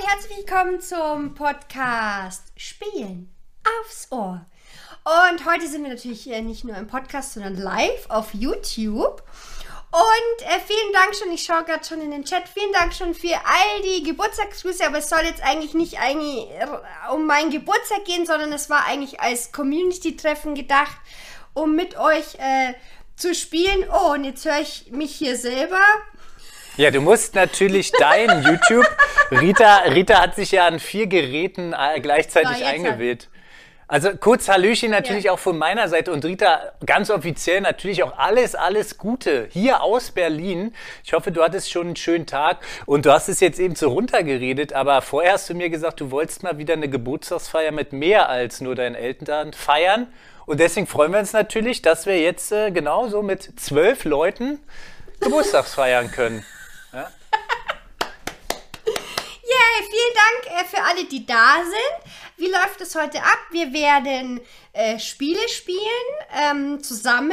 herzlich willkommen zum Podcast Spielen aufs Ohr. Und heute sind wir natürlich nicht nur im Podcast, sondern live auf YouTube. Und vielen Dank schon, ich schaue gerade schon in den Chat, vielen Dank schon für all die Geburtstagsgrüße, aber es soll jetzt eigentlich nicht um meinen Geburtstag gehen, sondern es war eigentlich als Community-Treffen gedacht, um mit euch zu spielen. Oh, und jetzt höre ich mich hier selber. Ja, du musst natürlich dein YouTube, Rita hat sich ja an 4 Geräten gleichzeitig eingewählt. Also kurz Hallöchen natürlich auch von meiner Seite und Rita, ganz offiziell natürlich auch alles Gute hier aus Berlin. Ich hoffe, du hattest schon einen schönen Tag und du hast es jetzt eben so runtergeredet, aber vorher hast du mir gesagt, du wolltest mal wieder eine Geburtstagsfeier mit mehr als nur deinen Eltern feiern und deswegen freuen wir uns natürlich, dass wir jetzt genauso mit 12 Leuten Geburtstagsfeiern können. Ja? Yay, vielen Dank für alle, die da sind. Wie läuft es heute ab? Wir werden Spiele spielen zusammen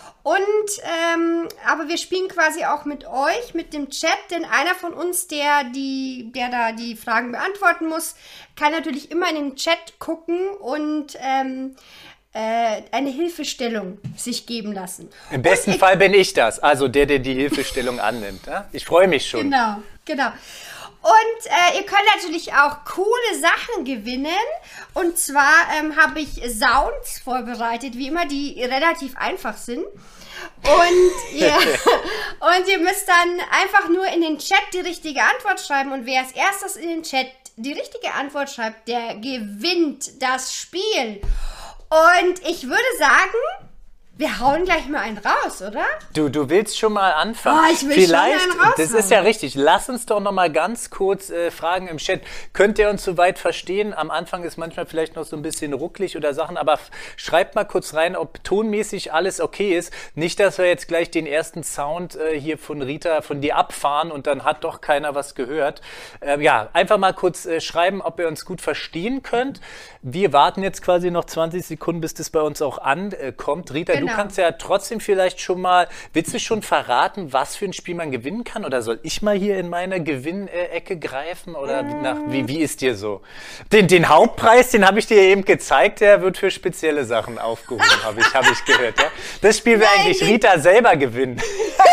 aber wir spielen quasi auch mit euch, mit dem Chat, denn einer von uns, der da die Fragen beantworten muss, kann natürlich immer in den Chat gucken und eine Hilfestellung sich geben lassen. Im besten Fall bin ich das, also der die Hilfestellung annimmt. Ja? Ich freue mich schon. Genau. Und ihr könnt natürlich auch coole Sachen gewinnen. Und zwar habe ich Sounds vorbereitet, wie immer, die relativ einfach sind. Und ihr müsst dann einfach nur in den Chat die richtige Antwort schreiben. Und wer als erstes in den Chat die richtige Antwort schreibt, der gewinnt das Spiel. Und ich würde sagen, wir hauen gleich mal einen raus, oder? Du willst schon mal anfangen. Oh, ich will vielleicht schon einen raushauen. Das ist ja richtig. Lass uns doch noch mal ganz kurz fragen im Chat. Könnt ihr uns soweit verstehen? Am Anfang ist manchmal vielleicht noch so ein bisschen rucklig oder Sachen, aber schreibt mal kurz rein, ob tonmäßig alles okay ist. Nicht, dass wir jetzt gleich den ersten Sound hier von Rita, von dir abfahren und dann hat doch keiner was gehört. Einfach mal kurz schreiben, ob ihr uns gut verstehen könnt. Wir warten jetzt quasi noch 20 Sekunden, bis das bei uns auch ankommt. Rita, Du kannst ja trotzdem vielleicht schon mal, willst du schon verraten, was für ein Spiel man gewinnen kann? Oder soll ich mal hier in meine Gewinnecke greifen? Oder wie ist dir so? Den Hauptpreis, den habe ich dir eben gezeigt, der wird für spezielle Sachen aufgehoben, habe ich gehört. Ja? Das Spiel will eigentlich Rita selber gewinnen.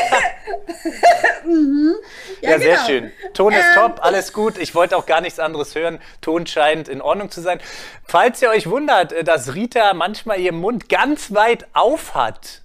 Ja, sehr schön. Ton ist top, alles gut. Ich wollte auch gar nichts anderes hören. Ton scheint in Ordnung zu sein. Falls ihr euch wundert, dass Rita manchmal ihren Mund ganz weit auf hat,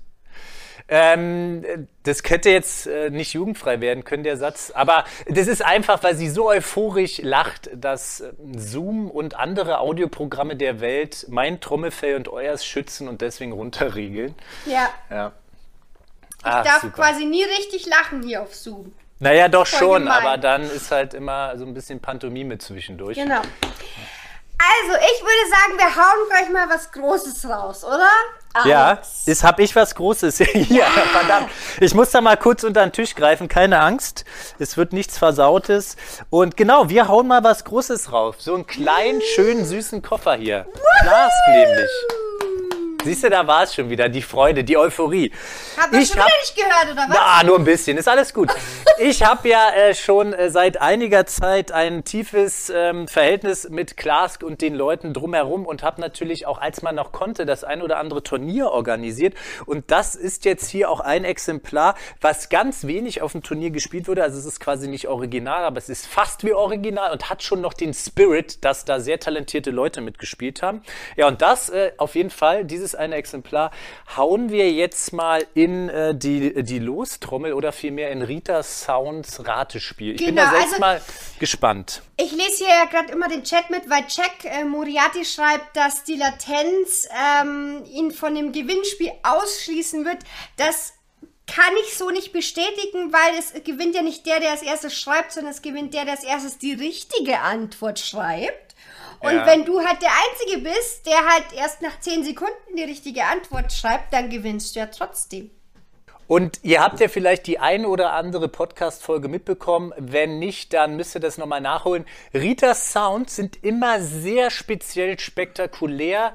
das könnte jetzt nicht jugendfrei werden können, der Satz. Aber das ist einfach, weil sie so euphorisch lacht, dass Zoom und andere Audioprogramme der Welt mein Trommelfell und euers schützen und deswegen runterriegeln. Ja. Ich darf quasi nie richtig lachen hier auf Zoom. Naja, doch schon, gemein. Aber dann ist halt immer so ein bisschen Pantomime zwischendurch. Genau. Also, ich würde sagen, wir hauen gleich mal was Großes raus, oder? Alex. Ja, hab ich was Großes. Ja, verdammt. Ich muss da mal kurz unter den Tisch greifen, keine Angst. Es wird nichts Versautes. Und genau, wir hauen mal was Großes raus. So einen kleinen, schönen, süßen Koffer hier. Glas nämlich. Siehst du, da war es schon wieder, die Freude, die Euphorie. Hab ich schon wieder nicht gehört, oder was? Na, nur ein bisschen, ist alles gut. Ich habe ja schon seit einiger Zeit ein tiefes Verhältnis mit Klask und den Leuten drumherum und habe natürlich auch, als man noch konnte, das ein oder andere Turnier organisiert. Und das ist jetzt hier auch ein Exemplar, was ganz wenig auf dem Turnier gespielt wurde. Also es ist quasi nicht original, aber es ist fast wie original und hat schon noch den Spirit, dass da sehr talentierte Leute mitgespielt haben. Ja, und das auf jeden Fall, dieses eine Exemplar, hauen wir jetzt mal in die Lostrommel oder vielmehr in Ritas Sounds Ratespiel. Ich bin da selbst mal gespannt. Ich lese hier ja gerade immer den Chat mit, weil Jack Moriarty schreibt, dass die Latenz ihn von dem Gewinnspiel ausschließen wird. Das kann ich so nicht bestätigen, weil es gewinnt ja nicht der als erstes schreibt, sondern es gewinnt der als erstes die richtige Antwort schreibt. Und wenn du halt der Einzige bist, der halt erst nach 10 Sekunden die richtige Antwort schreibt, dann gewinnst du ja trotzdem. Und ihr habt ja vielleicht die eine oder andere Podcast-Folge mitbekommen. Wenn nicht, dann müsst ihr das nochmal nachholen. Ritas Sounds sind immer sehr speziell spektakulär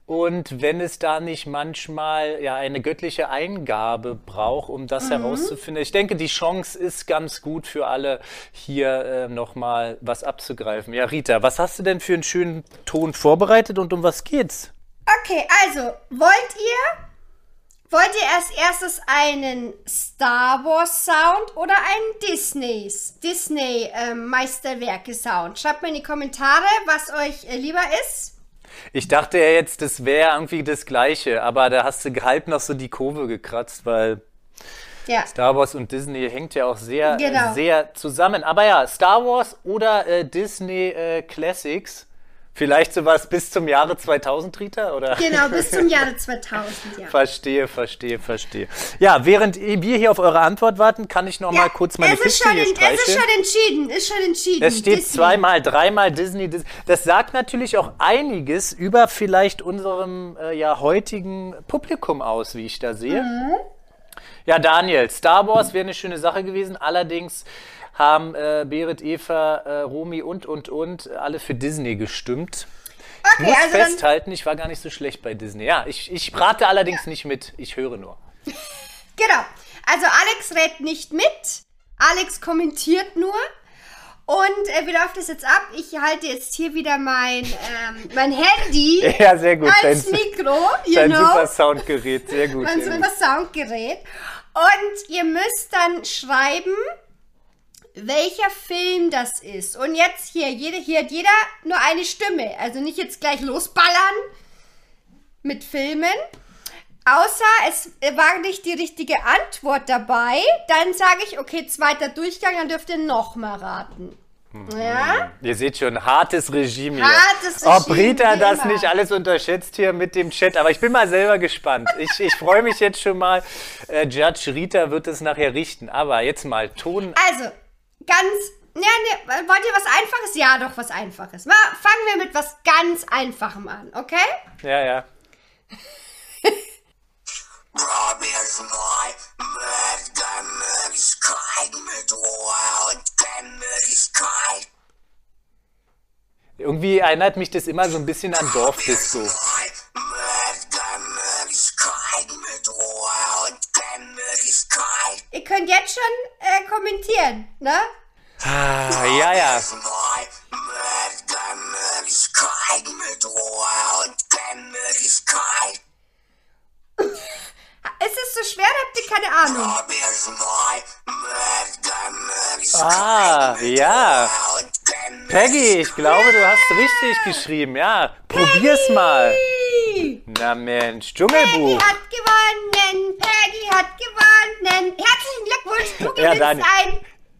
Und wenn es da nicht manchmal ja eine göttliche Eingabe braucht, um das herauszufinden. Ich denke, die Chance ist ganz gut für alle, hier nochmal was abzugreifen. Ja, Rita, was hast du denn für einen schönen Ton vorbereitet und um was geht's? Okay, also, wollt ihr als erstes einen Star Wars Sound oder einen Disney Meisterwerke Sound? Schreibt mal in die Kommentare, was euch lieber ist. Ich dachte ja jetzt, das wäre irgendwie das Gleiche, aber da hast du halb noch so die Kurve gekratzt, weil Star Wars und Disney hängt ja auch sehr, sehr zusammen. Aber ja, Star Wars oder Disney Classics, vielleicht sowas bis zum Jahre 2000, Rita, oder? Genau, bis zum Jahre 2000, ja. Verstehe. Ja, während wir hier auf eure Antwort warten, kann ich noch mal kurz meine Fichte hier streicheln. Es ist schon entschieden. Es steht Disney. Zweimal, dreimal Disney. Das sagt natürlich auch einiges über vielleicht unserem heutigen Publikum aus, wie ich da sehe. Ja, Daniel, Star Wars wäre eine schöne Sache gewesen. Allerdings haben Berit, Eva, Romy und alle für Disney gestimmt. Okay, ich muss festhalten, ich war gar nicht so schlecht bei Disney. Ja, ich rate allerdings nicht mit, ich höre nur. Genau, also Alex rät nicht mit, Alex kommentiert nur. Und wie läuft das jetzt ab? Ich halte jetzt hier wieder mein Handy ja, sehr gut. als Mikro. Dein super Soundgerät, sehr gut. Mein super Soundgerät. Und ihr müsst dann schreiben, welcher Film das ist. Und jetzt hier hat jeder nur eine Stimme. Also nicht jetzt gleich losballern mit Filmen. Außer es war nicht die richtige Antwort dabei. Dann sage ich, okay, zweiter Durchgang, dann dürft ihr nochmal raten. Ja? Ihr seht schon, hartes Regime hier. Ob Rita das nicht alles unterschätzt hier mit dem Chat. Aber ich bin mal selber gespannt. Ich freue mich jetzt schon mal. Judge Rita wird es nachher richten. Aber jetzt mal Ton. Also, wollt ihr was Einfaches? Ja, doch, was Einfaches. Fangen wir mit was ganz Einfachem an, okay? Ja. Probier's mal mit Gemütlichkeit, mit Ruhe und Gemütlichkeit. Irgendwie erinnert mich das immer so ein bisschen an Dorfdisco. Mit Gemütlichkeit, mit Ruhe und Gemütlichkeit. Ihr könnt jetzt schon kommentieren, ne? Ja. Mit Gemütlichkeit, mit Ruhe und Gemütlichkeit. Ist es so schwer, habt ihr keine Ahnung? Ja. Peggy, ich glaube, du hast richtig geschrieben. Ja, probier's mal. Na Mensch, Dschungelbuch. Peggy hat gewonnen. Herzlichen Glückwunsch, du gewinnst ein.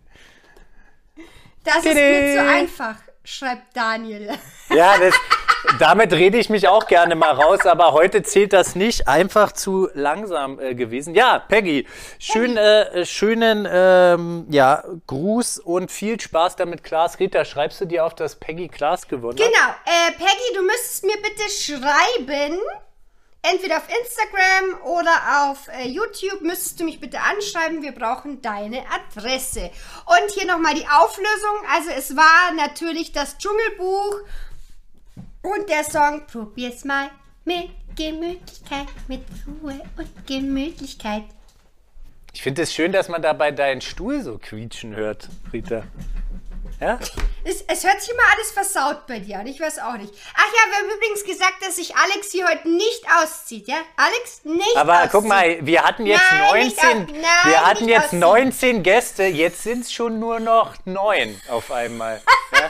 Das ist mir zu einfach, schreibt Daniel. Ja, damit rede ich mich auch gerne mal raus, aber heute zählt das nicht. Einfach zu langsam gewesen. Ja, Peggy, schönen Gruß und viel Spaß damit, Klaas. Rita, schreibst du dir auf, dass Peggy Klaas gewonnen hat? Genau. Peggy, du müsstest mir bitte schreiben, entweder auf Instagram oder auf YouTube müsstest du mich bitte anschreiben. Wir brauchen deine Adresse. Und hier nochmal die Auflösung. Also es war natürlich das Dschungelbuch. Und der Song Probier's mal mit Gemütlichkeit, mit Ruhe und Gemütlichkeit. Ich finde es schön, dass man dabei deinen Stuhl so quietschen hört, Rita. Ja? Es hört sich immer alles versaut bei dir an, ich weiß auch nicht. Ach ja, wir haben übrigens gesagt, dass sich Alex hier heute nicht auszieht, ja? Alex nicht Aber auszieht. Guck mal, wir hatten jetzt 19 Gäste, jetzt sind es schon nur noch 9 auf einmal. Ja?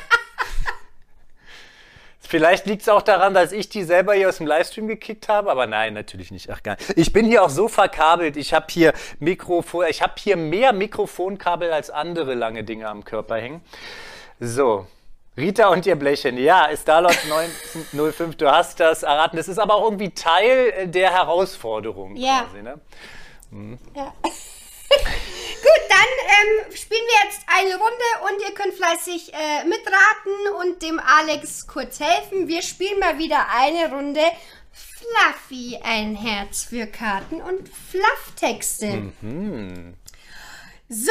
Vielleicht liegt es auch daran, dass ich die selber hier aus dem Livestream gekickt habe, aber nein, natürlich nicht. Ach, gar nicht. Ich bin hier auch so verkabelt. Ich habe hier mehr Mikrofonkabel als andere lange Dinge am Körper hängen. So, Rita und ihr Blechchen. Ja, Starlord 905, du hast das erraten. Das ist aber auch irgendwie Teil der Herausforderung quasi, ne? Ja. Gut, dann spielen wir jetzt eine Runde und ihr könnt fleißig mitraten und dem Alex kurz helfen. Wir spielen mal wieder eine Runde Fluffy, ein Herz für Karten und Flufftexte. So,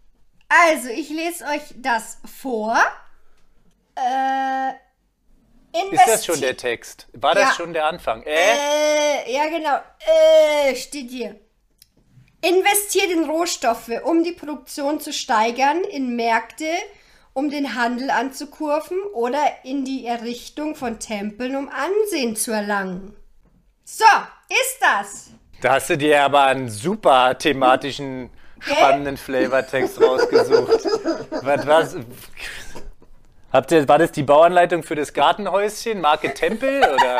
also ich lese euch das vor. Ist das schon der Text? War das Ja. schon der Anfang? Ja, genau. Steht hier. Investiert in Rohstoffe, um die Produktion zu steigern, in Märkte, um den Handel anzukurven oder in die Errichtung von Tempeln, um Ansehen zu erlangen. So, ist das. Da hast du dir aber einen super thematischen, spannenden Flavortext rausgesucht. Was? War das die Bauanleitung für das Gartenhäuschen, Marke Tempel, oder?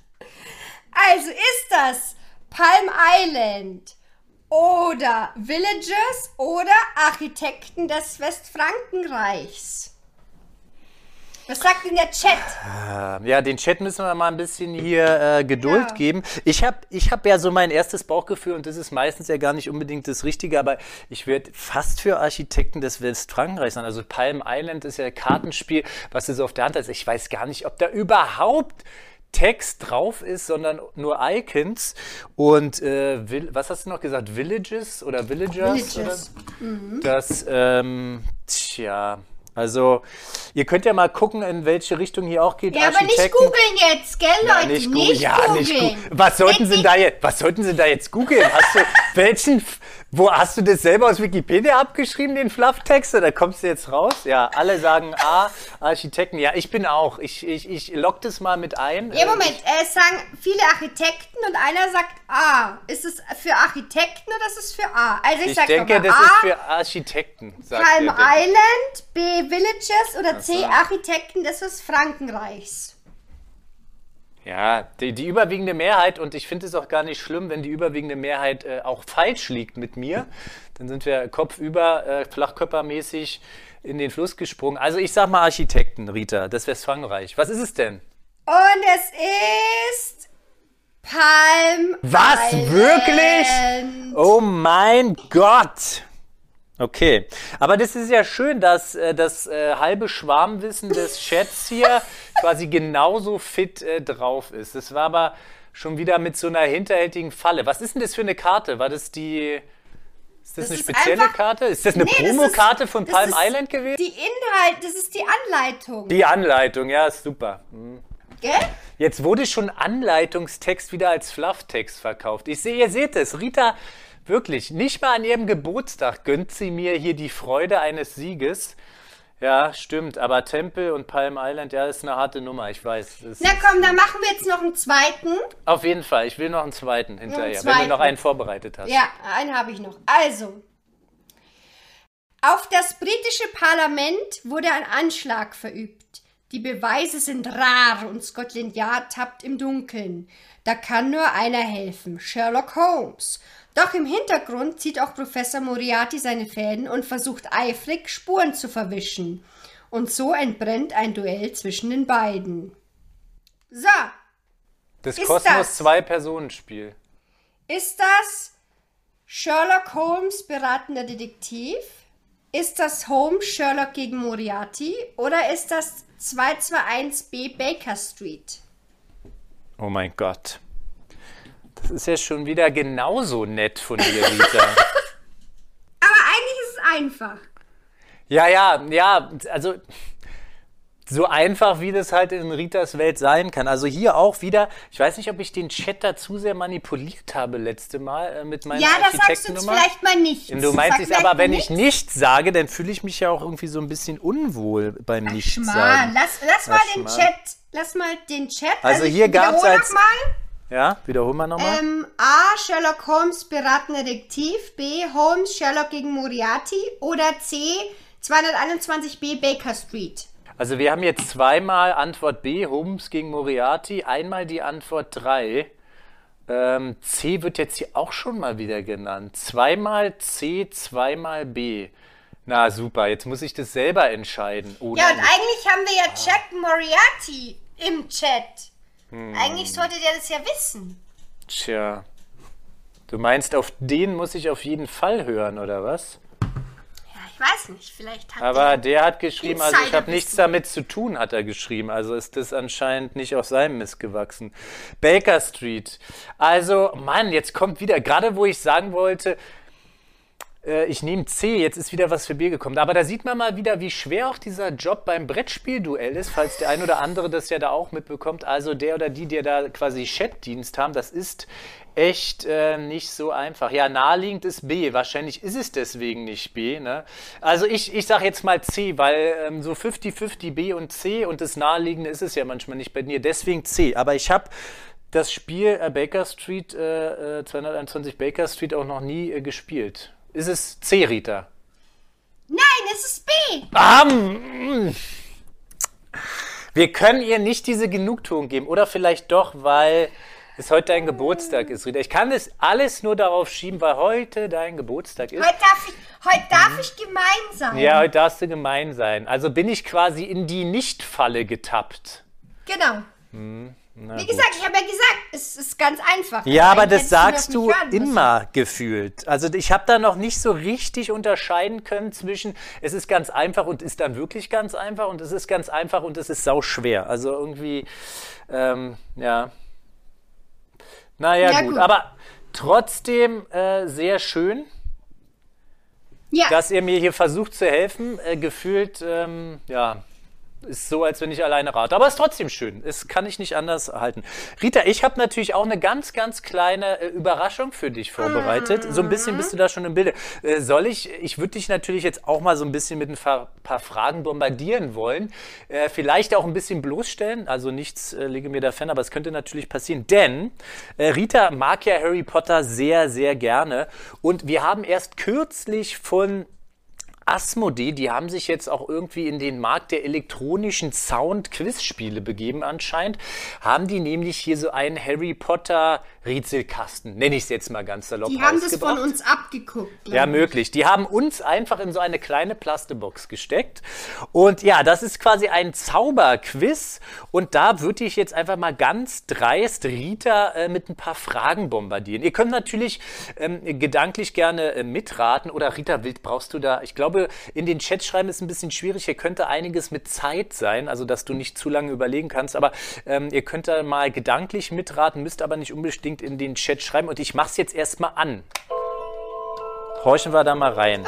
Also ist das Palm Island oder Villagers oder Architekten des Westfrankenreichs? Was sagt denn der Chat? Ja, den Chat müssen wir mal ein bisschen hier Geduld geben. Ich hab ja so mein erstes Bauchgefühl und das ist meistens ja gar nicht unbedingt das Richtige, aber ich werde fast für Architekten des Westfrankenreichs sein. Also Palm Island ist ja ein Kartenspiel, was du so auf der Hand hast. Ich weiß gar nicht, ob da überhaupt Text drauf ist, sondern nur Icons. Und was hast du noch gesagt? Villages oder Villagers? Villages. Oder? Das, tja... Also, ihr könnt ja mal gucken, in welche Richtung hier auch geht. Ja, aber nicht googeln jetzt, gell, Leute? Nicht Nicht googeln. Was sollten Sie da jetzt googeln? Wo hast du das selber aus Wikipedia abgeschrieben, den Flufftext? Oder kommst du jetzt raus? Ja, alle sagen Architekten. Ja, ich bin auch. Ich lock das mal mit ein. Ja, Moment, es sagen viele Architekten und einer sagt A. Ist es für Architekten oder ist es für A? Also ich sag denke, nochmal das A, ist für Architekten. Sagt Palm der. Island, B, Villages oder C, Architekten des Westfrankenreichs. Ja, die überwiegende Mehrheit, und ich finde es auch gar nicht schlimm, wenn die überwiegende Mehrheit auch falsch liegt mit mir, dann sind wir kopfüber, flachkörpermäßig in den Fluss gesprungen. Also ich sag mal Architekten, Rita, das Westfrankenreich. Was ist es denn? Und es ist Palm Was? Island. Wirklich? Oh mein Gott! Okay, aber das ist ja schön, dass das halbe Schwarmwissen des Chats hier quasi genauso fit drauf ist. Das war aber schon wieder mit so einer hinterhältigen Falle. Was ist denn das für eine Karte? Ist das eine ist spezielle einfach- Karte? Ist das eine Nee, das Promokarte ist- von das Palm ist Island gewesen? Das ist die Anleitung. Die Anleitung, ja, ist super. Gell? Jetzt wurde schon Anleitungstext wieder als Flufftext verkauft. Ihr seht es, Rita, wirklich, nicht mal an ihrem Geburtstag gönnt sie mir hier die Freude eines Sieges. Ja, stimmt, aber Tempel und Palm Island, ja, ist eine harte Nummer, ich weiß. Na komm, dann machen wir jetzt noch einen zweiten. Auf jeden Fall, ich will noch einen zweiten hinterher, wenn zweiten. du noch einen vorbereitet hast. Ja, einen habe ich noch. Also, auf das britische Parlament wurde ein Anschlag verübt. Die Beweise sind rar und Scotland Yard tappt im Dunkeln. Da kann nur einer helfen, Sherlock Holmes. Doch im Hintergrund zieht auch Professor Moriarty seine Fäden und versucht eifrig, Spuren zu verwischen. Und so entbrennt ein Duell zwischen den beiden. So, Das Ist Kosmos das? 2-Personen-Spiel. ist das Sherlock Holmes beratender Detektiv? Ist das Holmes Sherlock gegen Moriarty? Oder ist das 221b Baker Street? Oh mein Gott. Das ist ja schon wieder genauso nett von dir, Rita. Aber eigentlich ist es einfach. Ja, also so einfach, wie das halt in Ritas Welt sein kann. Also hier auch wieder, ich weiß nicht, ob ich den Chat da zu sehr manipuliert habe letzte Mal mit meiner Ja, das sagst du jetzt Architektennummer. vielleicht mal nicht. Du meinst es, aber wenn ich nicht. nichts sage, dann fühle ich mich ja auch irgendwie so ein bisschen unwohl beim Mann, Nichtsagen. lass mal den Chat. Also ich hier gab's wiederhole als- noch mal. Ja, wiederholen wir nochmal. A. Sherlock Holmes beratender Detektiv. B. Holmes Sherlock gegen Moriarty. Oder C. 221b Baker Street. Also wir haben jetzt zweimal Antwort B, Holmes gegen Moriarty, einmal die Antwort 3. C wird jetzt hier auch schon mal wieder genannt. Zweimal C, zweimal B. Na super, jetzt muss ich das selber entscheiden. Oh, Ja, und nein. eigentlich haben wir ja Jack Moriarty im Chat. Eigentlich sollte der das ja wissen. Tja. Du meinst, auf den muss ich auf jeden Fall hören, oder was? Ja, ich weiß nicht, vielleicht hat Aber der hat geschrieben, also ich habe Insiderwissen. nichts damit zu tun, hat er geschrieben. Also ist das anscheinend nicht auf seinem Mist gewachsen. Baker Street. Also, Mann, jetzt kommt wieder, gerade wo ich sagen wollte, Ich nehme C, jetzt ist wieder was für B gekommen. Aber da sieht man mal wieder, wie schwer auch dieser Job beim Brettspielduell ist, falls der ein oder andere das ja da auch mitbekommt. Also der oder die da quasi Chatdienst haben, das ist echt nicht so einfach. Ja, naheliegend ist B. Wahrscheinlich ist es deswegen nicht B. Ne? Also ich sage jetzt mal C, weil so 50-50 B und C und das Naheliegende ist es ja manchmal nicht bei mir. Deswegen C. Aber ich habe das Spiel Baker Street, 221 Baker Street auch noch nie gespielt. Ist es C, Rita? Nein, es ist B. Wir können ihr nicht diese Genugtuung geben. Oder vielleicht doch, weil es heute dein Geburtstag ist, Rita. Ich kann es alles nur darauf schieben, weil heute dein Geburtstag ist. Heute darf ich gemein sein. Ja, heute darfst du gemein sein. Also bin ich quasi in die Nicht-Falle getappt. Genau. Wie gesagt, ich habe ja gesagt, es ist ganz einfach. Ja, aber das Hättest sagst du noch nicht hören müssen. immer gefühlt. Also ich habe da noch nicht so richtig unterscheiden können zwischen, es ist ganz einfach und ist dann wirklich ganz einfach und es ist ganz einfach und es ist sauschwer. Also irgendwie, ja. Naja, Ja, gut. gut. Aber trotzdem sehr schön, Ja, dass ihr mir hier versucht zu helfen. Gefühlt, ja, ist so, als wenn ich alleine rate. Aber es ist trotzdem schön. Das kann ich nicht anders halten. Rita, ich habe natürlich auch eine ganz, ganz kleine Überraschung für dich vorbereitet. So ein bisschen bist du da schon im Bilde. Ich würde dich natürlich jetzt auch mal so ein bisschen mit ein paar Fragen bombardieren wollen. Vielleicht auch ein bisschen bloßstellen. Also nichts lege mir da fern, aber es könnte natürlich passieren. Denn Rita mag ja Harry Potter sehr, sehr gerne. Und wir haben erst kürzlich von Asmodee, die haben sich jetzt auch irgendwie in den Markt der elektronischen Sound-Quizspiele begeben anscheinend, haben die nämlich hier so einen Harry Potter Rätselkasten, nenne ich es jetzt mal ganz salopp, die haben das rausgebracht. von uns abgeguckt. Ja, möglich. Die haben uns einfach in so eine kleine Plastebox gesteckt. Und ja, das ist quasi ein Zauberquiz. Und da würde ich jetzt einfach mal ganz dreist Rita mit ein paar Fragen bombardieren. Ihr könnt natürlich gedanklich gerne mitraten. Oder Rita, brauchst du da, ich glaube, in den Chat schreiben ist ein bisschen schwierig. Hier könnte einiges mit Zeit sein, also dass du nicht zu lange überlegen kannst. Aber ihr könnt da mal gedanklich mitraten, müsst aber nicht unbedingt in den Chat schreiben. Und ich mache es jetzt erstmal an. Horchen wir da mal rein.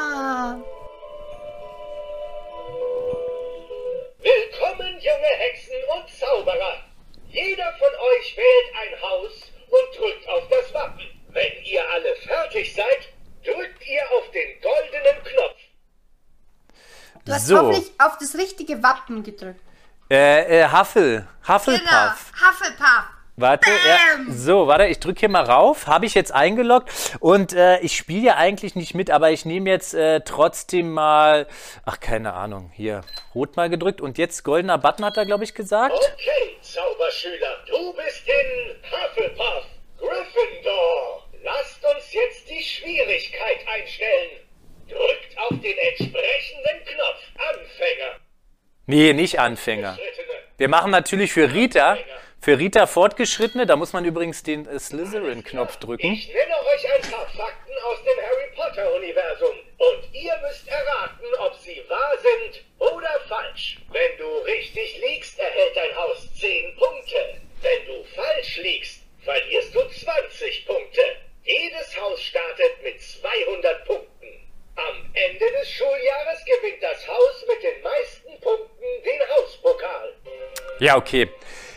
Willkommen, junge Hexen und Zauberer. Jeder von euch wählt ein Haus und drückt auf das Wappen. Wenn ihr alle fertig seid, drückt ihr auf den goldenen Knopf. Du hast So. hoffentlich auf das richtige Wappen gedrückt. Hufflepuff. Genau, Hufflepuff. Warte, ja, Bam. so, warte, ich drücke hier mal rauf. Habe ich jetzt eingeloggt und ich spiele ja eigentlich nicht mit, aber ich nehme jetzt trotzdem mal, ach, keine Ahnung, hier, rot mal gedrückt und jetzt goldener Button hat er, glaube ich, gesagt. Okay, Zauberschüler, du bist in Hufflepuff, Gryffindor. Lasst uns jetzt die Schwierigkeit einstellen. Drückt auf den entsprechenden Knopf. Anfänger. Nee, nicht Anfänger. Schrittene. Wir machen natürlich für Rita Fortgeschrittene, da muss man übrigens den Slytherin-Knopf drücken. Ich nenne euch ein paar Fakten aus dem Harry Potter-Universum. Und ihr müsst erraten, ob sie wahr sind oder falsch. Wenn du richtig liegst, erhält dein Haus 10 Punkte. Wenn du falsch liegst, verlierst du 20 Punkte. Jedes Haus startet mit 200 Punkten. Am Ende des Schuljahres gewinnt das Haus mit den meisten Punkten den Hauspokal. Ja, okay.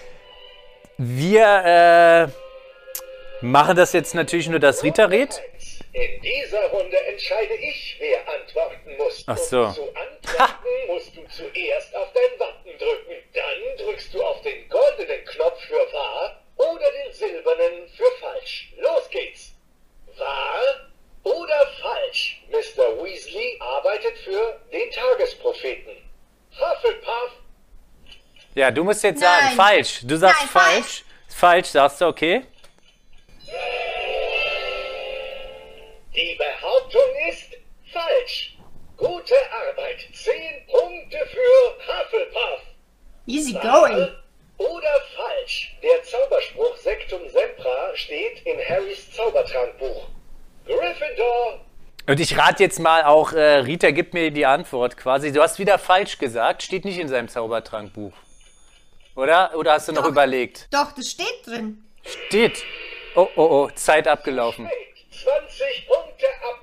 Wir machen das jetzt natürlich nur, dass Rita redet. In dieser Runde entscheide ich, wer antworten muss. Ach so. Um zu antworten, musst du zuerst auf dein Wappen drücken. Dann drückst du auf den goldenen Knopf für wahr oder den silbernen für falsch. Los geht's. Wahr oder falsch? Mr. Weasley arbeitet für den Tagespropheten. Hufflepuff. Ja, du musst jetzt Nein. sagen, falsch. Du sagst Nein, falsch. Falsch, sagst du, okay? Die Behauptung ist falsch. Gute Arbeit. 10 Punkte für Hufflepuff. Easy Wahr going. oder falsch? Der Zauberspruch Sectum Sempra steht in Harrys Zaubertrankbuch. Gryffindor. Und ich rate jetzt mal auch, Rita, gib mir die Antwort quasi. Du hast wieder falsch gesagt, steht nicht in seinem Zaubertrankbuch. Oder? Oder hast du noch überlegt? Doch, das steht drin. Steht. Oh, Zeit abgelaufen. 20 Punkte ab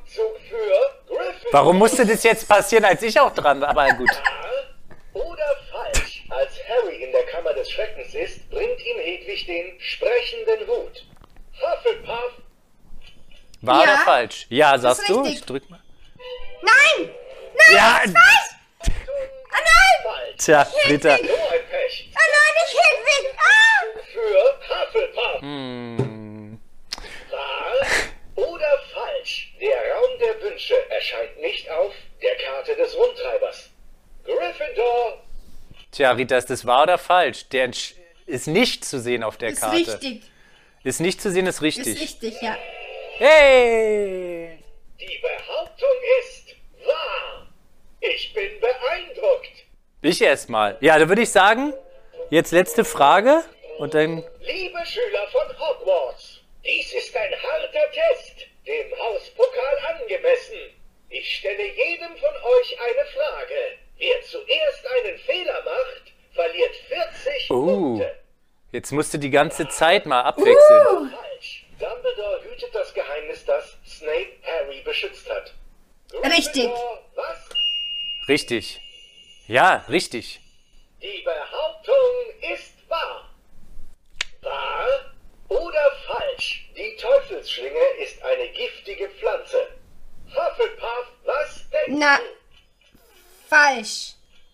Abzug für Gryffindor. Warum musste das jetzt passieren, als ich auch dran war? Aber gut. Wahr oder falsch? Als Harry in der Kammer des Schreckens ist, bringt ihm Hedwig den sprechenden Hut. Hufflepuff. Wahr Ja, oder falsch? Ja, sagst ist du? richtig. Ich drück mal. Nein! Nein, Ja, das ist falsch! Ah nein! Falsch. tja, Rita. So ein Pech. Ah nein, nicht Hedwig! Ah! Für Hufflepuff. Hm. Wahr oder falsch? Der Raum der Wünsche erscheint nicht auf der Karte des Rundtreibers. Gryffindor. Tja, Rita, ist das wahr oder falsch? Der ist nicht zu sehen auf der Ist Karte. richtig. Ist nicht zu sehen, ist Ist richtig. richtig, ja. Hey! Die Behauptung ist wahr. Ich bin beeindruckt. Ich erstmal. Ja, da würde ich sagen, jetzt letzte Frage und dann. Liebe Schüler von Hogwarts, dies ist ein harter Test, dem Hauspokal angemessen. Ich stelle jedem von euch eine Frage. Wer zuerst einen Fehler macht, verliert 40 Punkte. Jetzt musst du die ganze Zeit mal abwechseln. Falsch. Dumbledore hütet das Geheimnis, das Snape Harry beschützt hat. Richtig. Gryffindor, was? Richtig. Ja, richtig. Die Behauptung ist wahr. Wahr oder falsch? Die Teufelsschlinge ist eine giftige Pflanze. Hufflepuff, was denkst Na, du? falsch.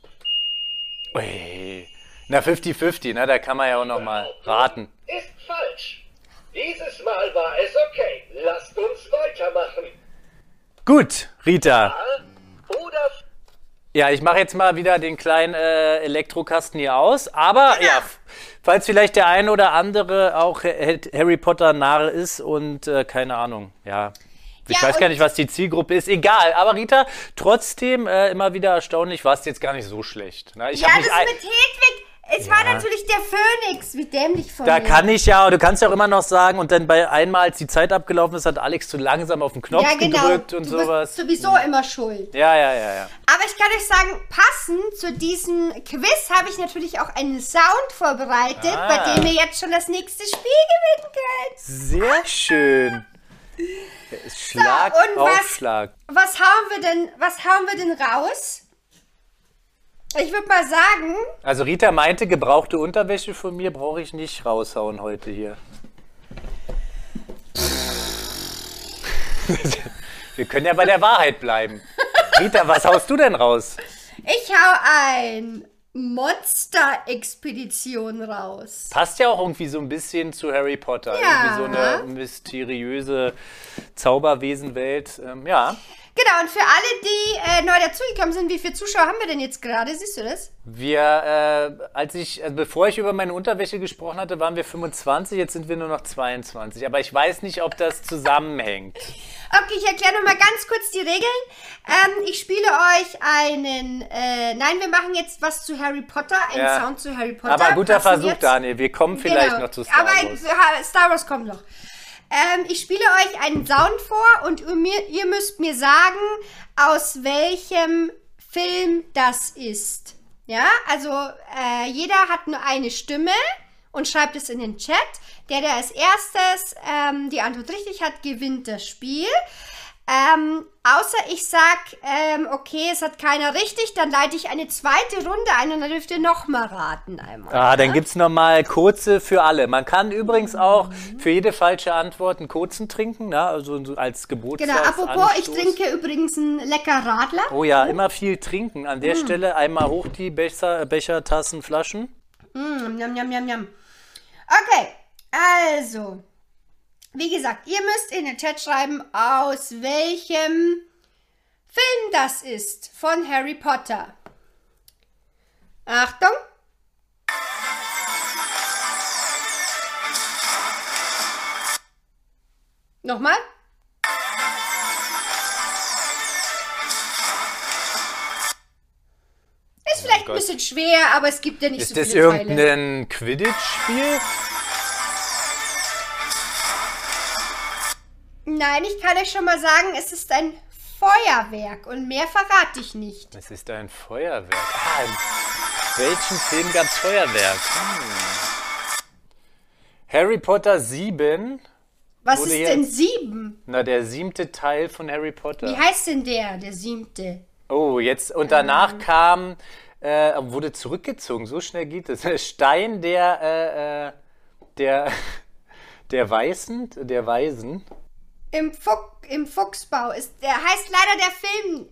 Ui. Na, 50-50, ne? Da kann man ja auch noch mal raten. Ist falsch. Dieses Mal war es okay. Lasst uns weitermachen. Gut, Rita. Wahr oder Ja, ich mache jetzt mal wieder den kleinen Elektrokasten hier aus. Aber ja, falls vielleicht der ein oder andere auch Harry Potter Narr ist und keine Ahnung, ja. Ich Ja, weiß gar und- nicht, was die Zielgruppe ist. Egal. Aber Rita, trotzdem immer wieder erstaunlich, war es jetzt gar nicht so schlecht. Ne? Ich Ja, hab das mich ein- mit Hedwig. Es war natürlich der Phönix. Wie dämlich von Da mir. kann ich ja, du kannst ja auch immer noch sagen, und dann bei einmal, als die Zeit abgelaufen ist, hat Alex zu langsam auf den Knopf Ja, genau. gedrückt und du sowas. bist sowieso immer schuld. Ja. Aber ich kann euch sagen, passend zu diesem Quiz habe ich natürlich auch einen Sound vorbereitet, bei dem ihr jetzt schon das nächste Spiel gewinnen könnt. Sehr schön. Schlag und auf was- Schlag. Was hauen wir denn raus? Ich würde mal sagen, Also Rita meinte, gebrauchte Unterwäsche von mir brauche ich nicht raushauen heute hier. Wir können ja bei der Wahrheit bleiben. Rita, was haust du denn raus? ich hau ein Monster-Expedition raus. Passt ja auch irgendwie so ein bisschen zu Harry Potter. Ja. Irgendwie so eine mysteriöse Zauberwesenwelt. Ja. Genau, und für alle, die neu dazugekommen sind, wie viele Zuschauer haben wir denn jetzt gerade? Siehst du das? Wir, bevor ich über meine Unterwäsche gesprochen hatte, waren wir 25, jetzt sind wir nur noch 22. Aber ich weiß nicht, ob das zusammenhängt. Okay, ich erkläre nochmal ganz kurz die Regeln. Ich spiele euch wir machen jetzt was zu Harry Potter, einen Ja. Sound zu Harry Potter. Aber guter Passend Versuch, jetzt. Daniel. Wir kommen vielleicht Genau. noch zu Star Aber Wars. Star Wars kommt noch. Ich spiele euch einen Sound vor und ihr müsst mir sagen, aus welchem Film das ist. Ja, also jeder hat nur eine Stimme und schreibt es in den Chat. Der als erstes die Antwort richtig hat, gewinnt das Spiel. Außer ich sag, okay, es hat keiner richtig, dann leite ich eine zweite Runde ein und dann dürft ihr nochmal raten einmal. Dann gibt's noch mal kurze für alle. Man kann übrigens auch für jede falsche Antwort einen kurzen trinken, ne? Also so als Genau, Geburtstagsanstoß. apropos, ich trinke übrigens einen lecker Radler. Oh ja, immer viel trinken. An der Stelle einmal hoch die Becher, Tassen, Flaschen. Njam, njam, njam, njam. Okay, also, wie gesagt, ihr müsst in den Chat schreiben, aus welchem Film das ist von Harry Potter. Achtung. Nochmal. Ist vielleicht ein Gott. bisschen schwer, aber es gibt ja nicht Ist so das viele Teile. irgendein Quidditch-Spiel? Nein, ich kann euch schon mal sagen, es ist ein Feuerwerk und mehr verrate ich nicht. Es ist ein Feuerwerk. In welchem Film gab's Feuerwerk? Harry Potter 7 Was wurde ist jetzt- denn 7? Na, der 7. Teil von Harry Wie Potter. heißt denn der 7.? Oh, jetzt, und danach kam, wurde zurückgezogen, so schnell geht es. Stein der Weisen. Im Fuchsbau heißt leider der Film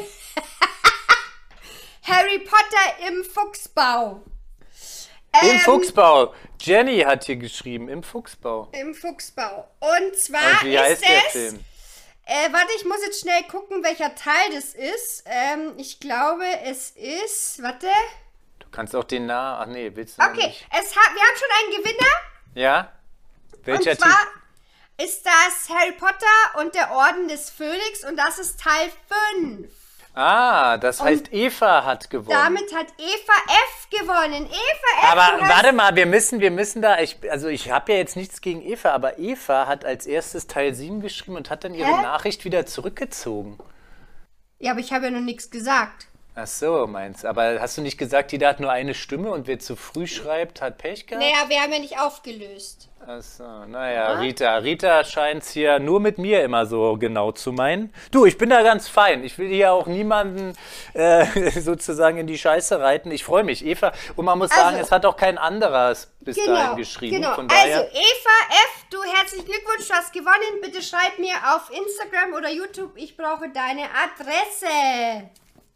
Harry Potter im Fuchsbau. Im Fuchsbau. Jenny hat hier geschrieben, im Fuchsbau. Im Fuchsbau. Und zwar Und wie heißt ist der es. Film? Warte, ich muss jetzt schnell gucken, welcher Teil das ist. Ich glaube, es ist. Warte. Du kannst auch den Ach nee, willst du noch Okay, nicht? wir haben schon einen Gewinner. Ja? Welcher Und zwar ist das Harry Potter und der Orden des Phönix und das ist Teil 5. Das heißt, Eva hat gewonnen. Damit hat Eva F gewonnen. Eva F. Aber du hast- warte mal, wir müssen da, ich habe ja jetzt nichts gegen Eva, aber Eva hat als erstes Teil 7 geschrieben und hat dann ihre Nachricht wieder zurückgezogen. Ja, aber ich habe ja noch nichts gesagt. Ach so, meinst du. Aber hast du nicht gesagt, jeder hat nur eine Stimme und wer zu früh schreibt, hat Pech gehabt? Naja, wir haben ja nicht aufgelöst. Ach so, naja, Rita scheint's hier nur mit mir immer so genau zu meinen. Du, ich bin da ganz fein. Ich will hier auch niemanden sozusagen in die Scheiße reiten. Ich freue mich, Eva. Und man muss sagen, es hat auch kein anderes bis dahin geschrieben. Genau. Von daher, Also, Eva F., du herzlichen Glückwunsch, du hast gewonnen. Bitte schreib mir auf Instagram oder YouTube, ich brauche deine Adresse.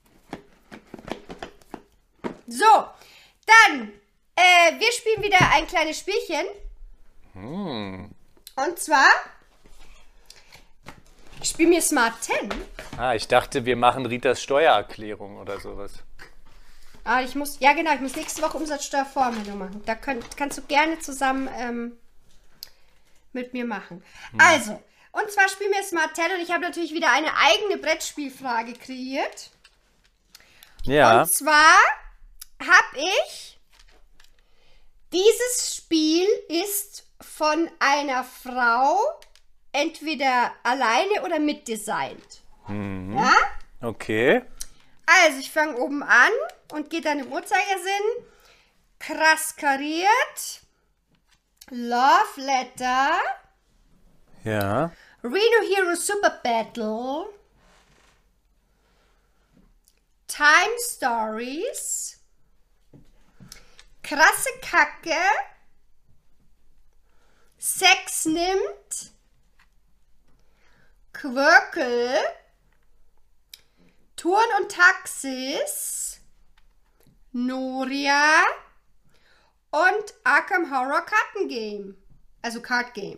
So, dann, wir spielen wieder ein kleines Spielchen. Und zwar, ich spiele mir Smart 10. ich dachte, wir machen Ritas Steuererklärung oder sowas. Ich muss nächste Woche Umsatzsteuervoranmeldung machen. Da kannst du gerne zusammen mit mir machen. Also, und zwar spielen wir Smart 10 und ich habe natürlich wieder eine eigene Brettspielfrage kreiert. Ja. Und zwar habe ich, dieses Spiel ist von einer Frau entweder alleine oder mitdesignt. Ja? Okay. Also, ich fange oben an und gehe dann im Uhrzeigersinn. Krass kariert. Love Letter. Ja. Reno Hero Super Battle. Time Stories. Krasse Kacke. Sex nimmt. Quirkel. Touren und Taxis. Noria. Und Arkham Horror Kartengame. Also Card Game.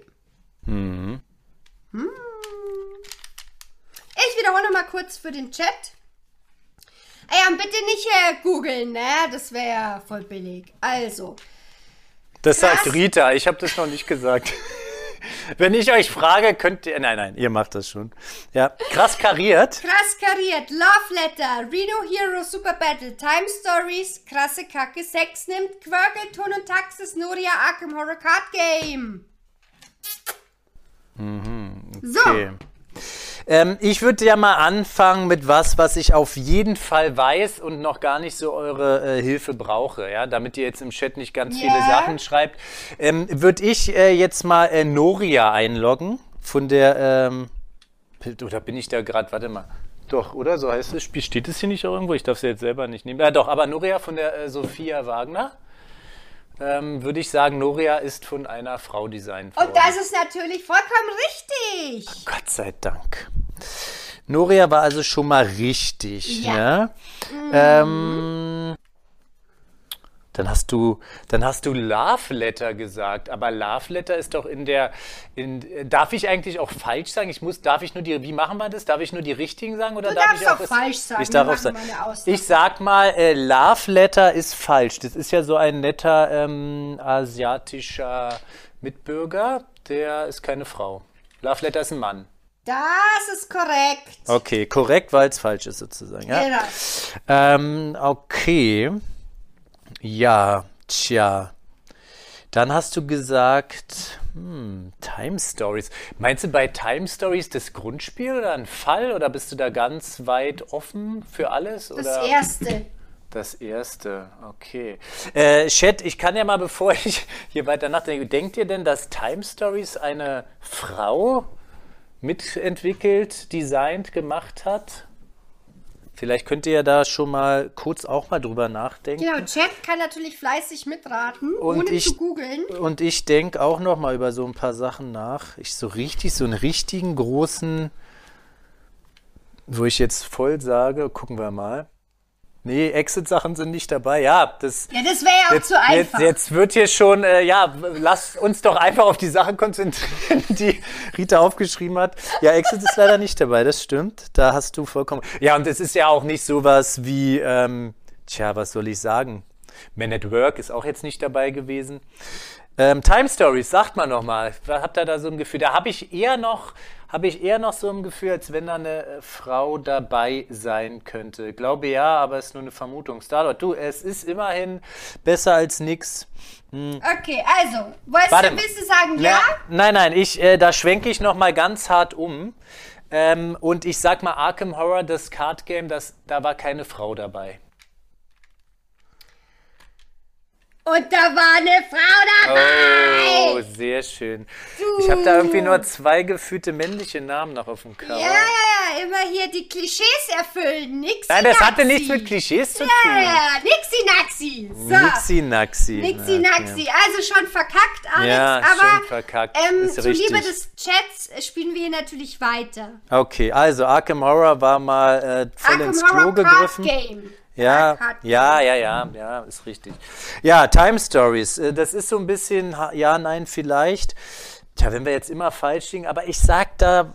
Ich wiederhole noch mal kurz für den Chat. Ey, und bitte nicht googeln, ne? Das wäre ja voll billig. Also, Das sagt Krass. Rita, ich habe das noch nicht gesagt. Wenn ich euch frage, könnt ihr... Nein, ihr macht das schon. Ja, krass kariert. krass kariert, Love Letter, Reno Hero Super Battle, Time Stories, krasse Kacke, Sex nimmt, Quirkel, Ton und Taxis, Noria, Arkham Horror Card Game. So, Okay. Ich würde ja mal anfangen mit was ich auf jeden Fall weiß und noch gar nicht so eure Hilfe brauche, ja, damit ihr jetzt im Chat nicht ganz viele Sachen schreibt. Würde ich jetzt mal Noria einloggen von der, oder bin ich da gerade, warte mal, doch, oder? So heißt das Spiel, steht es hier nicht auch irgendwo? Ich darf es jetzt selber nicht nehmen. Ja doch, aber Noria von der Sophia Wagner. Würde ich sagen, Noria ist von einer Frau designt worden. und das ist natürlich vollkommen richtig. Gott sei Dank. Noria war also schon mal richtig. Ja. Ne? Dann hast du Love Letter gesagt, aber Love Letter ist doch darf ich eigentlich auch falsch sagen? Wie machen wir das? Darf ich nur die richtigen sagen oder Du darf darfst ich auch auch falsch sagen. Ich darf Wir auch sagen. machen mal eine Ausnahme. Ich sag mal, Love Letter ist falsch. Das ist ja so ein netter asiatischer Mitbürger, der ist keine Frau. Love Letter ist ein Mann. Das ist korrekt. Okay, korrekt, weil es falsch ist sozusagen. Ja? Genau. Okay. Ja, tja. Dann hast du gesagt, Time Stories. Meinst du bei Time Stories das Grundspiel oder ein Fall? Oder bist du da ganz weit offen für alles? Das Oder? erste. Das erste, okay. Chat, ich kann ja mal, bevor ich hier weiter nachdenke, denkt ihr denn, dass Time Stories eine Frau mitentwickelt, designt, gemacht hat? Vielleicht könnt ihr ja da schon mal kurz auch mal drüber nachdenken. Genau, Chat kann natürlich fleißig mitraten, ohne zu googeln. Und ich denke auch noch mal über so ein paar Sachen nach. So einen richtigen großen, wo ich jetzt voll sage, gucken wir mal. Nee, Exit-Sachen sind nicht dabei. Ja, das wäre ja auch zu einfach. Jetzt wird hier schon, lasst uns doch einfach auf die Sachen konzentrieren, die Rita aufgeschrieben hat. Ja, Exit ist leider nicht dabei, das stimmt. Da hast du vollkommen... Ja, und es ist ja auch nicht sowas wie, was soll ich sagen? Man at Work ist auch jetzt nicht dabei gewesen. Time Stories, sagt man noch mal. Habt ihr da so ein Gefühl? Da habe ich eher noch so ein Gefühl, als wenn da eine Frau dabei sein könnte. Glaube ja, aber es ist nur eine Vermutung. Starlord, du, es ist immerhin besser als nix. Okay, also, willst du sagen ja? Nein, da schwenke ich noch mal ganz hart um. Und ich sag mal, Arkham Horror, das Card Game, da war keine Frau dabei. Und da war eine Frau dabei! Oh, sehr schön. Ich habe da irgendwie nur 2 gefühlte männliche Namen noch auf dem Cover. Ja, immer hier die Klischees erfüllen. Nixi-Naxi. Nein, das hatte nichts mit Klischees zu tun. Ja, Nixi-Naxi. So. Nixi-Naxi. Also schon verkackt, Alex. Ja, aber schon verkackt. Zuliebe des Chats spielen wir hier natürlich weiter. Okay, also Arkham Horror war mal voll ins Klo gegriffen. Game. Ja, ist richtig. Ja, Time Stories, das ist so ein bisschen, ja, nein, vielleicht. Tja, wenn wir jetzt immer falsch liegen, aber ich sag da,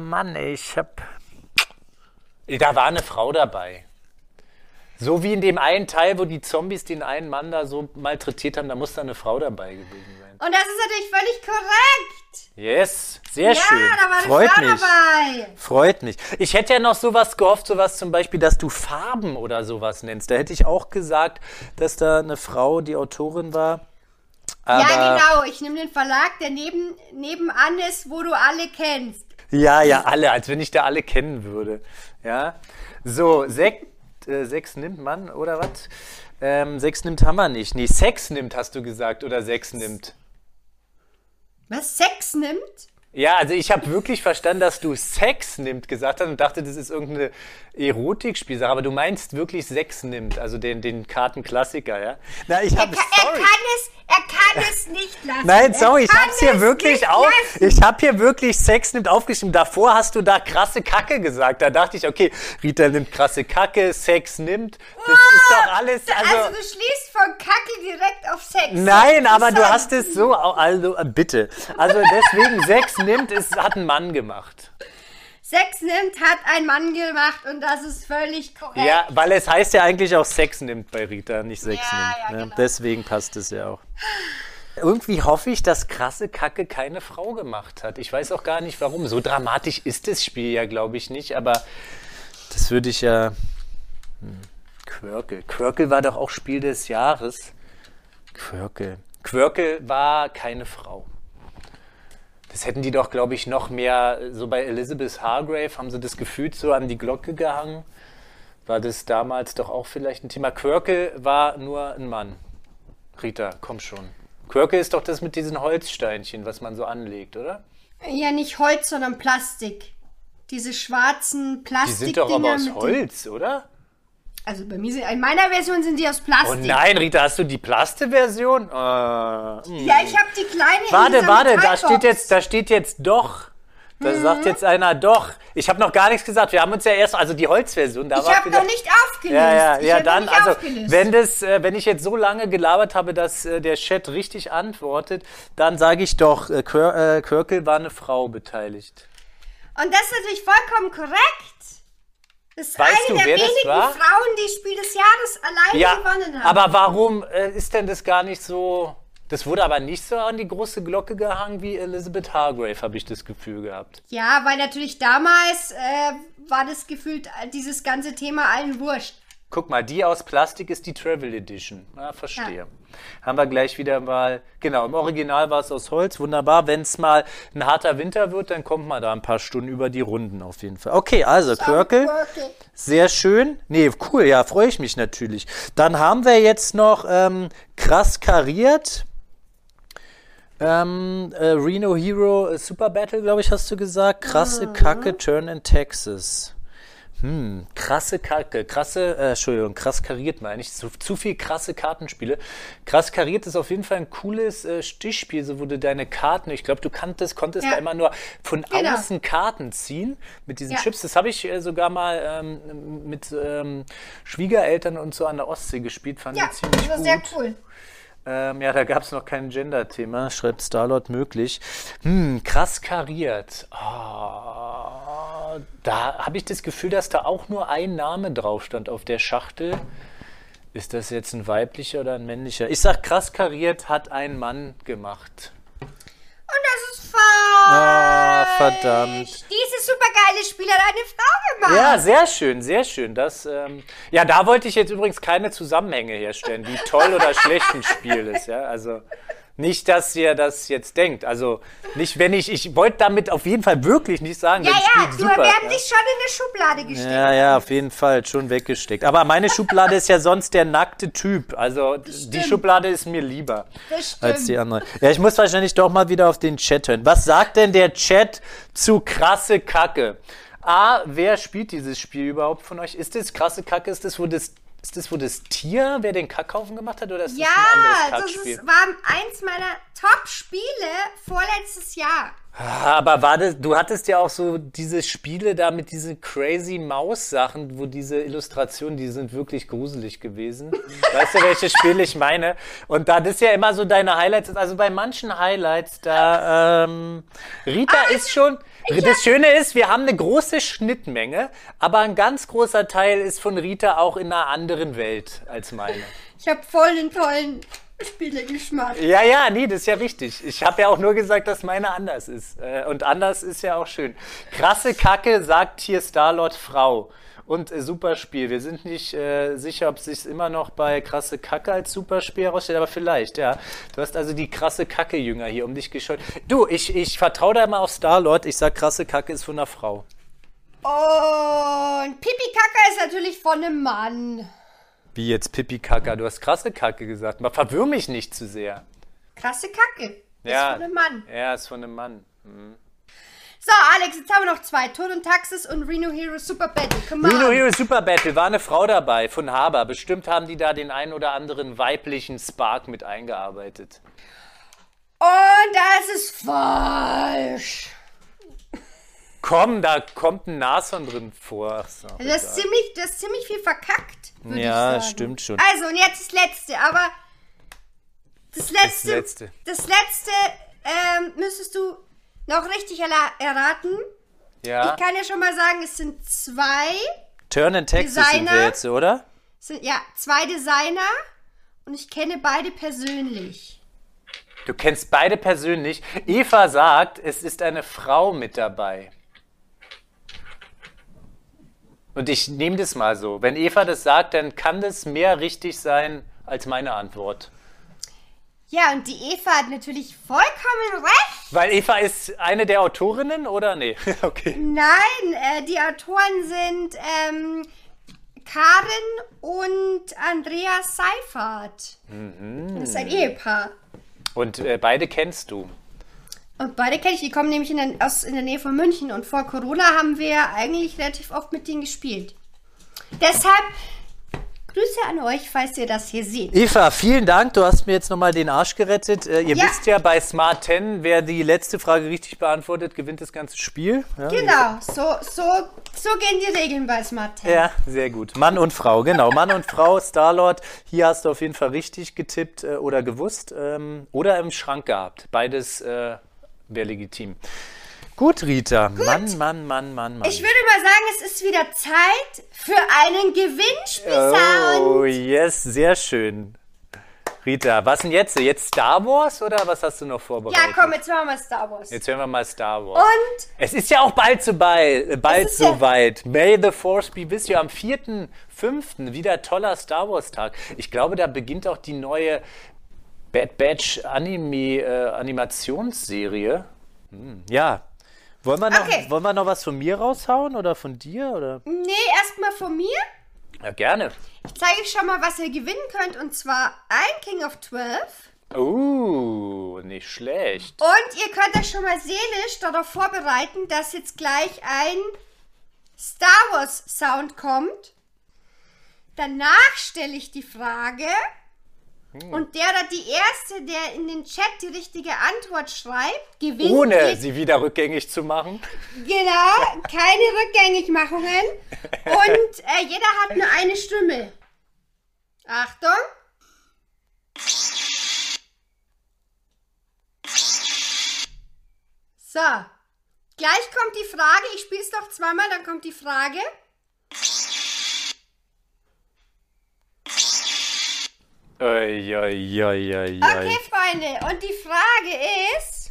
da war eine Frau dabei. So wie in dem einen Teil, wo die Zombies den einen Mann da so malträtiert haben, da muss da eine Frau dabei gewesen sein. Und das ist natürlich völlig korrekt. Yes, sehr schön. Ja, da war eine Freut Frau mich. dabei. Freut mich. Ich hätte ja noch sowas gehofft, sowas zum Beispiel, dass du Farben oder sowas nennst. Da hätte ich auch gesagt, dass da eine Frau die Autorin war. Aber ja, genau. Ich nehme den Verlag, der nebenan ist, wo du alle kennst. Ja, alle, als wenn ich da alle kennen würde. Ja. So, 6 nimmt man, oder was? 6 nimmt haben wir nicht. Nee, Sex nimmt, hast du gesagt, oder 6 nimmt. Was, Sex nimmt? Ja, also ich habe wirklich verstanden, dass du Sex nimmt gesagt hast und dachte, das ist irgendeine Erotikspielsache, aber du meinst wirklich Sex nimmt, also den Kartenklassiker, ja? Na, er kann es nicht lassen. Nein, sorry, ich habe hier wirklich Sex nimmt aufgeschrieben. Davor hast du da krasse Kacke gesagt. Da dachte ich, okay, Rita nimmt krasse Kacke, Sex nimmt. Das ist doch alles. Also du schließt von Kacke direkt auf Sex. Nein, aber du hast es so, also bitte. Also deswegen Sex nimmt, hat ein Mann gemacht. Sex nimmt, hat ein Mann gemacht und das ist völlig korrekt. Ja, weil es heißt ja eigentlich auch Sex nimmt bei Rita, nicht Sex nimmt. Ja, genau. Deswegen passt es ja auch. Irgendwie hoffe ich, dass krasse Kacke keine Frau gemacht hat. Ich weiß auch gar nicht, warum. So dramatisch ist das Spiel ja, glaube ich, nicht. Aber das würde ich ja... Quirkel war doch auch Spiel des Jahres. Quirkel war keine Frau. Das hätten die doch, glaube ich, noch mehr, so bei Elizabeth Hargrave, haben sie das gefühlt so an die Glocke gehangen. War das damals doch auch vielleicht ein Thema. Quirkel war nur ein Mann. Rita, komm schon. Quirkel ist doch das mit diesen Holzsteinchen, was man so anlegt, oder? Ja, nicht Holz, sondern Plastik. Diese schwarzen Plastikdinger. Die sind doch aber aus Holz, oder? Also bei mir in meiner Version sind die aus Plastik. Oh nein, Rita, hast du die Plaste-Version? Ja, ich habe die kleine. Warte, da steht jetzt doch. Da sagt jetzt einer doch. Ich habe noch gar nichts gesagt. Wir haben uns ja erst, also die Holzversion, da ich habe noch nicht aufgelöst. Ja, dann, also wenn ich jetzt so lange gelabert habe, dass der Chat richtig antwortet, dann sage ich doch, Quirkel war eine Frau beteiligt. Und das ist natürlich vollkommen korrekt. Das ist Weißt eine du, der wer das wenigen war? Frauen, die Spiel des Jahres alleine gewonnen haben. Aber warum ist denn das gar nicht so... Das wurde aber nicht so an die große Glocke gehangen wie Elizabeth Hargrave, habe ich das Gefühl gehabt. Ja, weil natürlich damals war das gefühlt dieses ganze Thema allen wurscht. Guck mal, die aus Plastik ist die Travel Edition. Na, verstehe. Ja. Haben wir gleich wieder mal, genau, im Original war es aus Holz, wunderbar. Wenn es mal ein harter Winter wird, dann kommt man da ein paar Stunden über die Runden auf jeden Fall. Okay, also Quirkel, sehr schön. Nee, cool, ja, freue ich mich natürlich. Dann haben wir jetzt noch krass kariert. Reno Hero Super Battle, glaube ich, hast du gesagt. Krasse Kacke, Turn in Texas. Krasse Kacke, Entschuldigung, krass kariert meine ich, zu viel krasse Kartenspiele. Krass kariert ist auf jeden Fall ein cooles Stichspiel, so wo du deine Karten, ich glaube, du konntest da immer nur von außen Karten ziehen mit diesen Chips. Das habe ich sogar mal mit Schwiegereltern und so an der Ostsee gespielt, fand ich ziemlich gut. Ja, das war sehr cool. Ja, da gab es noch kein Gender-Thema, schreibt Starlord möglich. Krass kariert. Da habe ich das Gefühl, dass da auch nur ein Name drauf stand auf der Schachtel. Ist das jetzt ein weiblicher oder ein männlicher? Ich sag, krass kariert hat ein Mann gemacht. Und das ist falsch. Ah, verdammt. Dieses supergeile Spiel hat eine Frau gemacht. Ja, sehr schön, sehr schön. Das, ja, da wollte ich jetzt übrigens keine Zusammenhänge herstellen, wie toll oder schlecht ein Spiel ist. Ja, also nicht, dass ihr das jetzt denkt. Also nicht, wenn ich wollte damit auf jeden Fall wirklich nicht sagen, ja, du, wir haben dich schon in eine Schublade gesteckt. Ja, auf jeden Fall schon weggesteckt. Aber meine Schublade ist ja sonst der nackte Typ. Also die Schublade ist mir lieber als die andere. Ja, ich muss wahrscheinlich doch mal wieder auf den Chat hören. Was sagt denn der Chat zu krasse Kacke? A, wer spielt dieses Spiel überhaupt von euch? Ist das krasse Kacke? Ist das, wo das Tier, wer den Kackhaufen gemacht hat, oder ist das ein anderes Kackspiel? Ja, das war eins meiner Top-Spiele vorletztes Jahr. Aber du hattest ja auch so diese Spiele da mit diesen crazy Maus-Sachen, wo diese Illustrationen, die sind wirklich gruselig gewesen. Weißt du, welches Spiel ich meine? Und da das ja immer so deine Highlights ist, also bei manchen Highlights, da Rita ist schon... Das Schöne ist, wir haben eine große Schnittmenge, aber ein ganz großer Teil ist von Rita auch in einer anderen Welt als meine. Ich habe voll den tollen Spielegeschmack. Ja, nee, das ist ja richtig. Ich habe ja auch nur gesagt, dass meine anders ist. Und anders ist ja auch schön. Krasse Kacke, sagt hier Starlord Frau. Und super Spiel. Wir sind nicht sicher, ob es sich immer noch bei krasse Kacke als super Spiel herausstellt, aber vielleicht, ja. Du hast also die krasse Kacke-Jünger hier um dich gescheut. Du, ich vertraue da mal auf Starlord. Ich sag, krasse Kacke ist von einer Frau. Und Pipi Kacke ist natürlich von einem Mann. Wie jetzt Pipi Kacke? Du hast krasse Kacke gesagt. Aber verwirr mich nicht zu sehr. Krasse Kacke ist von einem Mann. Ja, ist von einem Mann. So, Alex, jetzt haben wir noch zwei. Tod und Taxis und Reno Hero Super Battle. Come on. Reno Hero Super Battle, war eine Frau dabei von Haber. Bestimmt haben die da den einen oder anderen weiblichen Spark mit eingearbeitet. Und das ist falsch. Komm, da kommt ein Nashorn drin vor. Ach so, das ist ziemlich viel verkackt, würde ich sagen. Ja, stimmt schon. Also, und jetzt das Letzte, aber das Letzte müsstest du noch richtig erraten. Ja. Ich kann ja schon mal sagen, es sind zwei Turn in Texas Designer, sind wir jetzt, oder? Zwei Designer und ich kenne beide persönlich. Du kennst beide persönlich. Eva sagt, es ist eine Frau mit dabei. Und ich nehme das mal so. Wenn Eva das sagt, dann kann das mehr richtig sein als meine Antwort. Ja, und die Eva hat natürlich vollkommen recht. Weil Eva ist eine der Autorinnen, oder? Nee, okay. Nein, die Autoren sind Karen und Andreas Seifert. Das ist ein Ehepaar. Und beide kennst du? Und beide kenne ich. Die kommen nämlich in der Nähe von München. Und vor Corona haben wir eigentlich relativ oft mit denen gespielt. Deshalb... Grüße an euch, falls ihr das hier seht. Eva, vielen Dank. Du hast mir jetzt nochmal den Arsch gerettet. Ihr wisst ja bei Smart 10, wer die letzte Frage richtig beantwortet, gewinnt das ganze Spiel. Ja, genau, so gehen die Regeln bei Smart 10. Ja, sehr gut. Mann und Frau, genau. Mann und Frau, Starlord. Hier hast du auf jeden Fall richtig getippt oder gewusst oder im Schrank gehabt. Beides wäre legitim. Gut, Rita. Gut. Mann. Ich würde mal sagen, es ist wieder Zeit für einen Gewinnspielsound. Oh, yes, sehr schön. Rita, was denn jetzt? Jetzt Star Wars oder was hast du noch vorbereitet? Ja, komm, jetzt machen wir Star Wars. Jetzt hören wir mal Star Wars. Und Es ist ja auch bald ist ja- soweit. May the Force be with you. Am 4.5. wieder toller Star Wars Tag. Ich glaube, da beginnt auch die neue Bad Batch Animationsserie. Ja. Wollen wir noch was von mir raushauen oder von dir? Oder? nee, erstmal von mir. Ja, gerne. Ich zeige euch schon mal, was ihr gewinnen könnt. Und zwar ein King of 12. Nicht schlecht. Und ihr könnt euch schon mal seelisch darauf vorbereiten, dass jetzt gleich ein Star Wars Sound kommt. Danach stelle ich die Frage. Und der oder die Erste, der in den Chat die richtige Antwort schreibt, gewinnt. Ohne sie wieder rückgängig zu machen. Genau, keine Rückgängigmachungen. Und jeder hat nur eine Stimme. Achtung. So, gleich kommt die Frage. Ich spiele es noch zweimal, dann kommt die Frage. Okay, Okay, Freunde, und die Frage ist: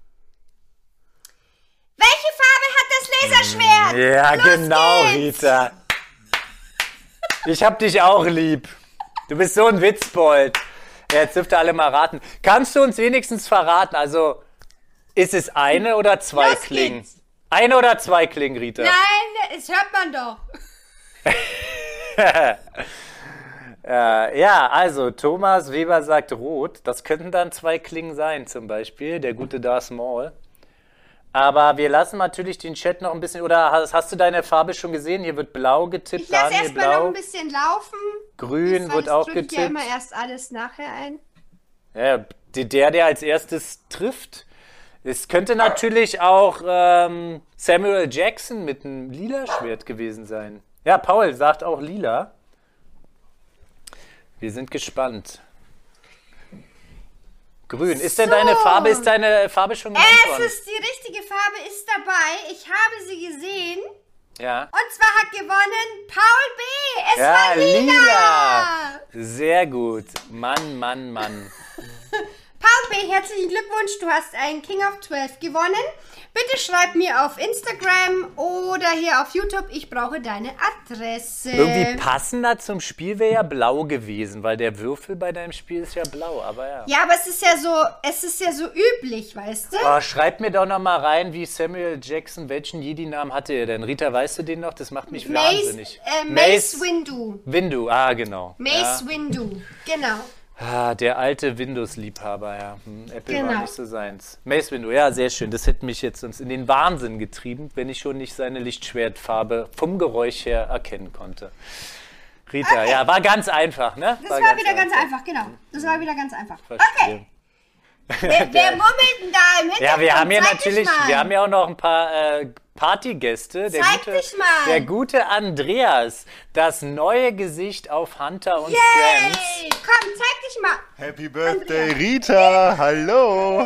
Welche Farbe hat das Laserschwert? Ja, Los genau, geht's. Rita. Ich hab dich auch lieb. Du bist so ein Witzbold. Ja, jetzt dürft ihr alle mal raten. Kannst du uns wenigstens verraten, also ist es eine oder zwei Los Klingen? geht's. Eine oder zwei Klingen, Rita? Nein, das hört man doch. Ja, also Thomas Weber sagt rot. Das könnten dann zwei Klingen sein, zum Beispiel. Der gute Darth Maul. Aber wir lassen natürlich den Chat noch ein bisschen. Oder hast du deine Farbe schon gesehen? Hier wird blau getippt. Ich lasse Daniel erstmal noch blau. ein bisschen laufen. Grün Weil wird ich auch drück ja getippt. immer erst alles nachher ein. Ja, der als erstes trifft. Es könnte natürlich auch Samuel Jackson mit einem lila Schwert gewesen sein. Ja, Paul sagt auch lila. Wir sind gespannt. Grün. Ist denn So. deine Farbe schon genannt Es worden? ist die richtige Farbe, ist dabei. Ich habe sie gesehen. Ja. Und zwar hat gewonnen Paul B. Es Ja, war lila. Sehr gut. Mann. Paul B., herzlichen Glückwunsch. Du hast einen King of 12 gewonnen. Bitte schreib mir auf Instagram oder hier auf YouTube. Ich brauche deine Adresse. Irgendwie passender zum Spiel wäre ja blau gewesen, weil der Würfel bei deinem Spiel ist ja blau, aber ja. Ja, aber es ist ja so üblich, weißt du? Oh, schreibt mir doch noch mal rein, wie Samuel Jackson, welchen Jedi-Namen hatte er denn? Rita, weißt du den noch? Das macht mich wahnsinnig. Mace Windu. Windu, genau. Mace Windu, genau. Der alte Windows-Liebhaber, ja. Apple war Genau. nicht so seins. Mace Windu, ja, sehr schön. Das hätte mich jetzt sonst in den Wahnsinn getrieben, wenn ich schon nicht seine Lichtschwertfarbe vom Geräusch her erkennen konnte. Rita, ja, war ganz einfach, ne? Das war wieder ganz einfach, genau. Das war wieder ganz einfach. Verstehe. Okay, wer mummelt denn da im Hintergrund? Ja, wir haben ja Zeig dich natürlich, mal. wir haben ja auch noch ein paar Partygäste. Zeig dich mal. Der gute Andreas, das neue Gesicht auf Hunter und Yay! Friends. Komm, zeig dich mal. Happy Birthday, Rita! Hallo!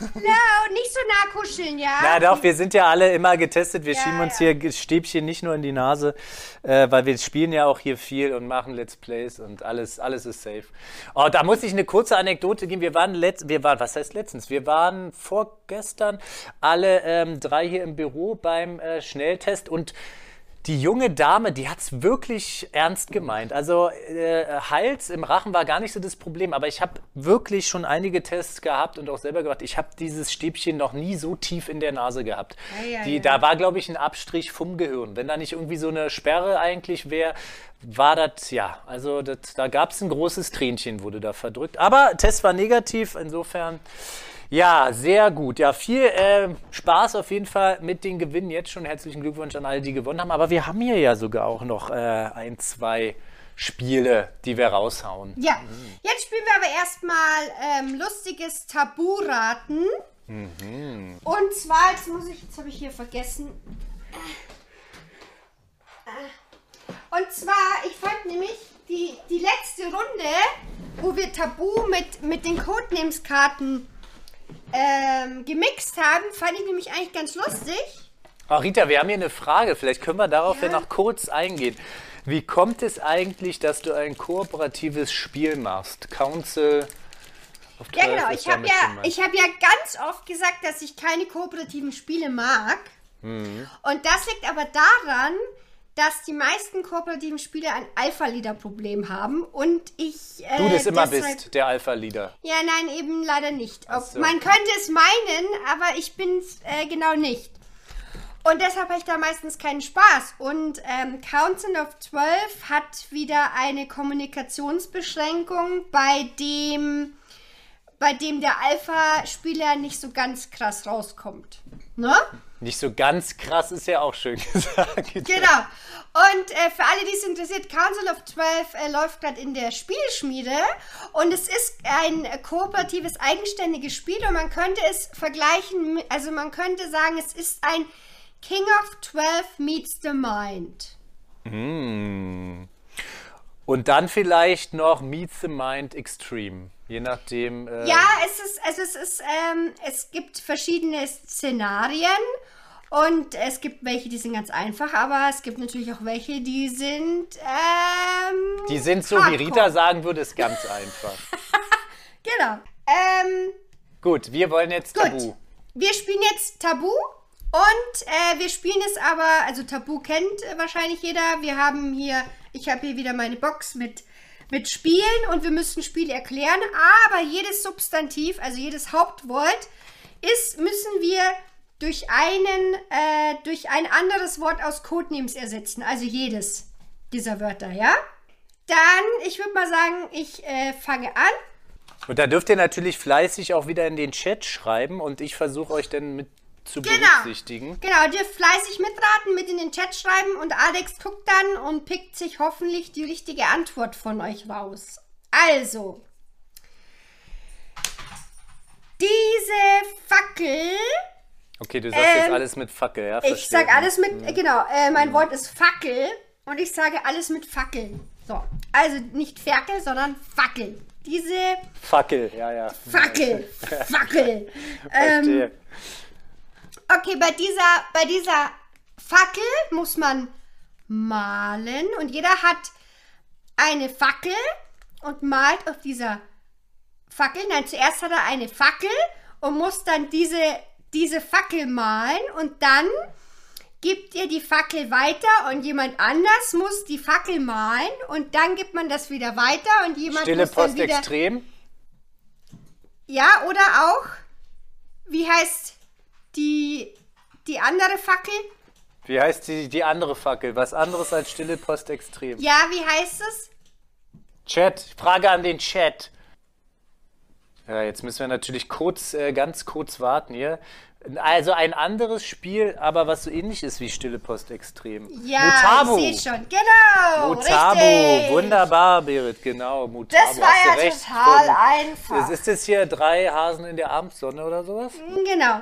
No, nicht so nah kuscheln, ja? Na doch, wir sind ja alle immer getestet. Wir Ja, schieben uns ja. hier Stäbchen nicht nur in die Nase, weil wir spielen ja auch hier viel und machen Let's Plays und alles ist safe. Oh, da muss ich eine kurze Anekdote geben. Wir waren, was heißt letztens? Wir waren vorgestern alle drei hier im Büro beim Schnelltest und die junge Dame, die hat es wirklich ernst gemeint. Also Hals im Rachen war gar nicht so das Problem, aber ich habe wirklich schon einige Tests gehabt und auch selber gemacht. Ich habe dieses Stäbchen noch nie so tief in der Nase gehabt. Da war, glaube ich, ein Abstrich vom Gehirn. Wenn da nicht irgendwie so eine Sperre eigentlich wäre, war das, ja, also da gab es ein großes Tränchen, wurde da verdrückt. Aber Test war negativ, insofern... Ja, sehr gut. Ja, viel Spaß auf jeden Fall mit den Gewinnen jetzt schon. Herzlichen Glückwunsch an alle, die gewonnen haben. Aber wir haben hier ja sogar auch noch ein, zwei Spiele, die wir raushauen. Ja, jetzt spielen wir aber erstmal lustiges Taburaten. Und zwar, jetzt habe ich hier vergessen. Und zwar, ich fand nämlich die letzte Runde, wo wir Tabu mit den Codenames-Karten gemixt haben, fand ich nämlich eigentlich ganz lustig. Oh, Rita, wir haben hier eine Frage. Vielleicht können wir darauf ja Ja. noch kurz eingehen. Wie kommt es eigentlich, dass du ein kooperatives Spiel machst? Council of Ja, 12 genau. ist damit gemeint. Ich hab ja ganz oft gesagt, dass ich keine kooperativen Spiele mag. Und das liegt aber daran, dass die meisten kooperativen Spiele ein Alpha-Leader-Problem haben und ich Du das immer deshalb, bist, der Alpha-Leader. Ja, nein, eben leider nicht. So. Man könnte es meinen, aber ich bin es genau nicht. Und deshalb habe ich da meistens keinen Spaß. Und Council of 12 hat wieder eine Kommunikationsbeschränkung, bei dem der Alpha-Spieler nicht so ganz krass rauskommt. Ne? Nicht so ganz krass, ist ja auch schön gesagt. Genau. Und für alle, die es interessiert, Council of 12 läuft gerade in der Spielschmiede und es ist ein kooperatives, eigenständiges Spiel und man könnte es vergleichen, also man könnte sagen, es ist ein King of 12 meets the Mind. Und dann vielleicht noch Meet the Mind Extreme. Je nachdem. Ja, es gibt verschiedene Szenarien und es gibt welche, die sind ganz einfach, aber es gibt natürlich auch welche, die sind die sind so, hardcore. wie Rita sagen würde, ist ganz einfach. Genau. Gut, wir wollen jetzt Gut. Tabu. Wir spielen jetzt Tabu und wir spielen es aber, also Tabu kennt wahrscheinlich jeder. Ich habe hier wieder meine Box mit Spielen und wir müssen Spiele erklären, aber jedes Substantiv, also jedes Hauptwort, müssen wir durch ein anderes Wort aus Codenames ersetzen, also jedes dieser Wörter, ja? Dann, ich würde mal sagen, ich fange an. Und da dürft ihr natürlich fleißig auch wieder in den Chat schreiben und ich versuche euch dann mit zu berücksichtigen. Genau, dürft fleißig mitraten, mit in den Chat schreiben und Alex guckt dann und pickt sich hoffentlich die richtige Antwort von euch raus. Also, diese Fackel... Okay, du sagst jetzt alles mit Fackel, ja? Ich sage alles mit, genau, mein Wort ist Fackel und ich sage alles mit Fackel. So, also nicht Ferkel, sondern Fackel. Diese Fackel, ja. Fackel. Verstehe. Okay, bei dieser Fackel muss man malen und jeder hat eine Fackel und malt auf dieser Fackel. Nein, zuerst hat er eine Fackel und muss dann diese Fackel malen und dann gibt ihr die Fackel weiter und jemand anders muss die Fackel malen und dann gibt man das wieder weiter und jemand Stille muss dann Post wieder... extrem. Ja, oder auch, wie heißt die andere Fackel? Wie heißt die andere Fackel? Was anderes als Stille Post extrem. Ja, wie heißt es? Chat, Frage an den Chat. Ja, jetzt müssen wir natürlich ganz kurz warten hier. Also ein anderes Spiel, aber was so ähnlich ist wie Stille Post extrem. Ja, Mutabo. ich sehe schon. Genau, Mutabo, richtig. wunderbar, Berit, genau. Mutabo. Das war hast du ja recht. total einfach. Ist das hier 3 Hasen in der Abendsonne oder sowas? Genau.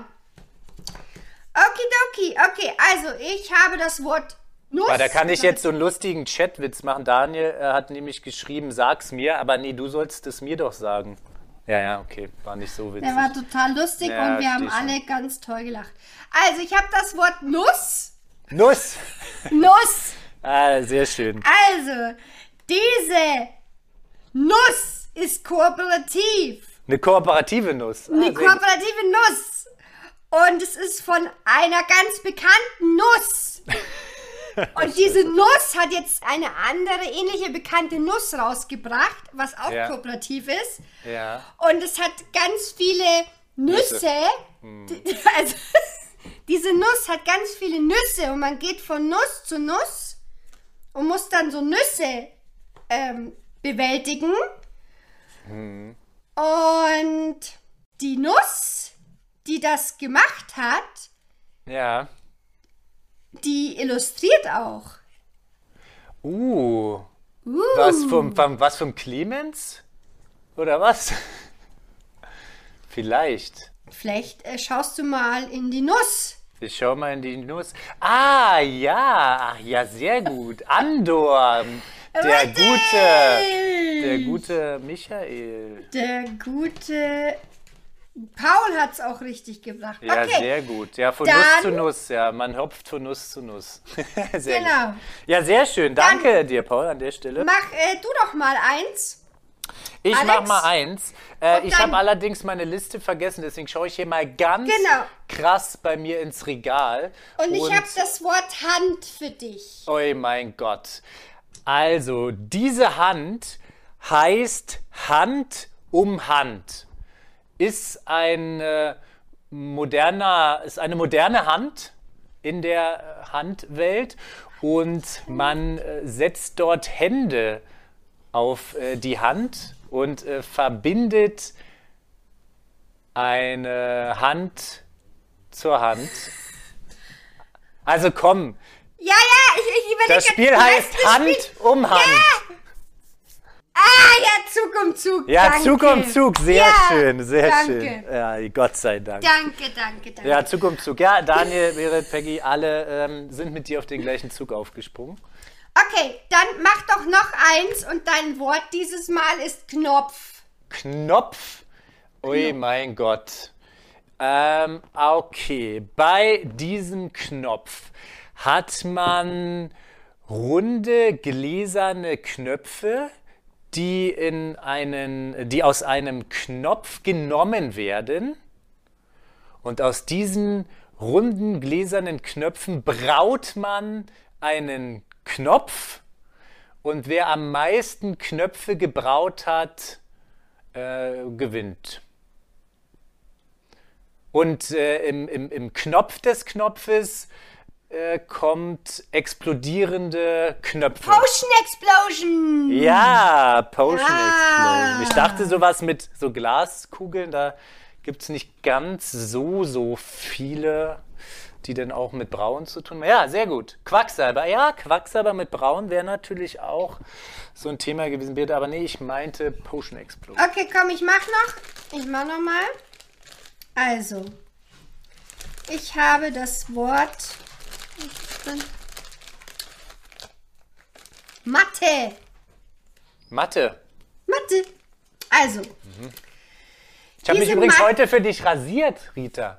Okidoki, okay, also ich habe das Wort Nuss. Da kann ich jetzt so einen lustigen Chatwitz machen. Daniel hat nämlich geschrieben, sag's mir, aber nee, du sollst es mir doch sagen. Ja, okay, war nicht so witzig. Der war total lustig Ja, und wir haben versteh schon. alle ganz toll gelacht. Also ich habe das Wort Nuss. Nuss! Nuss. Ah, sehr schön. Also, diese Nuss ist kooperativ. Eine kooperative Nuss. Eine sehr gut. kooperative Nuss. Und es ist von einer ganz bekannten Nuss. Und diese Nuss hat jetzt eine andere, ähnliche bekannte Nuss rausgebracht, was auch Ja. kooperativ ist. Ja. Und es hat ganz viele Nüsse. Also, diese Nuss hat ganz viele Nüsse und man geht von Nuss zu Nuss und muss dann so Nüsse bewältigen. Und die Nuss, die das gemacht hat, Ja. die illustriert auch. Was vom Clemens? Oder was? Vielleicht. Vielleicht schaust du mal in die Nuss. Ich schau mal in die Nuss. Ah, ja. Ach, ja, sehr gut. Andor. Der gute Michael. Der gute Paul hat es auch richtig gebracht. Ja, Okay, sehr gut. Ja, von Dann- Nuss zu Nuss. Ja, man hopft von Nuss zu Nuss. Sehr genau. gut. Ja, sehr schön. Danke dir, Paul, an der Stelle. Mach du doch mal eins. Ich Alex? mach mal eins. Ich dann- habe allerdings meine Liste vergessen, deswegen schaue ich hier mal ganz Genau. krass bei mir ins Regal. Und ich habe das Wort Hand für dich. Oh mein Gott. Also, diese Hand heißt Hand um Hand. Ist eine moderne Hand in der Handwelt und man setzt dort Hände auf die Hand und verbindet eine Hand zur Hand. Also komm, Ja, ich überlege. das Spiel heißt Hand um Hand. Ja, Zug um Zug. Ja, danke. Zug um Zug, sehr Ja, schön, sehr danke. schön. Ja, Gott sei Dank. Danke. Ja, Zug um Zug. Ja, Daniel, Berit, Peggy, alle sind mit dir auf den gleichen Zug aufgesprungen. Okay, dann mach doch noch eins und dein Wort dieses Mal ist Knopf. Knopf. Ui, mein Gott. Okay, bei diesem Knopf hat man runde, gläserne Knöpfe, die aus einem Knopf genommen werden. Und aus diesen runden, gläsernen Knöpfen braut man einen Knopf. Und wer am meisten Knöpfe gebraut hat, gewinnt. Und im Knopf des Knopfes kommt explodierende Knöpfe. Potion Explosion. Ja, Potion Ah. Explosion. Ich dachte sowas mit so Glaskugeln, da gibt es nicht ganz so viele, die dann auch mit Brauen zu tun haben. Ja, sehr gut. Quacksalber. Ja, Quacksalber mit Brauen wäre natürlich auch so ein Thema gewesen, Birte, aber nee, ich meinte Potion Explosion. Okay, komm, ich mach noch mal. Also, ich habe das Wort Mathe. Mathe. Also, Ich habe mich Diese übrigens Ma- heute für dich rasiert, Rita.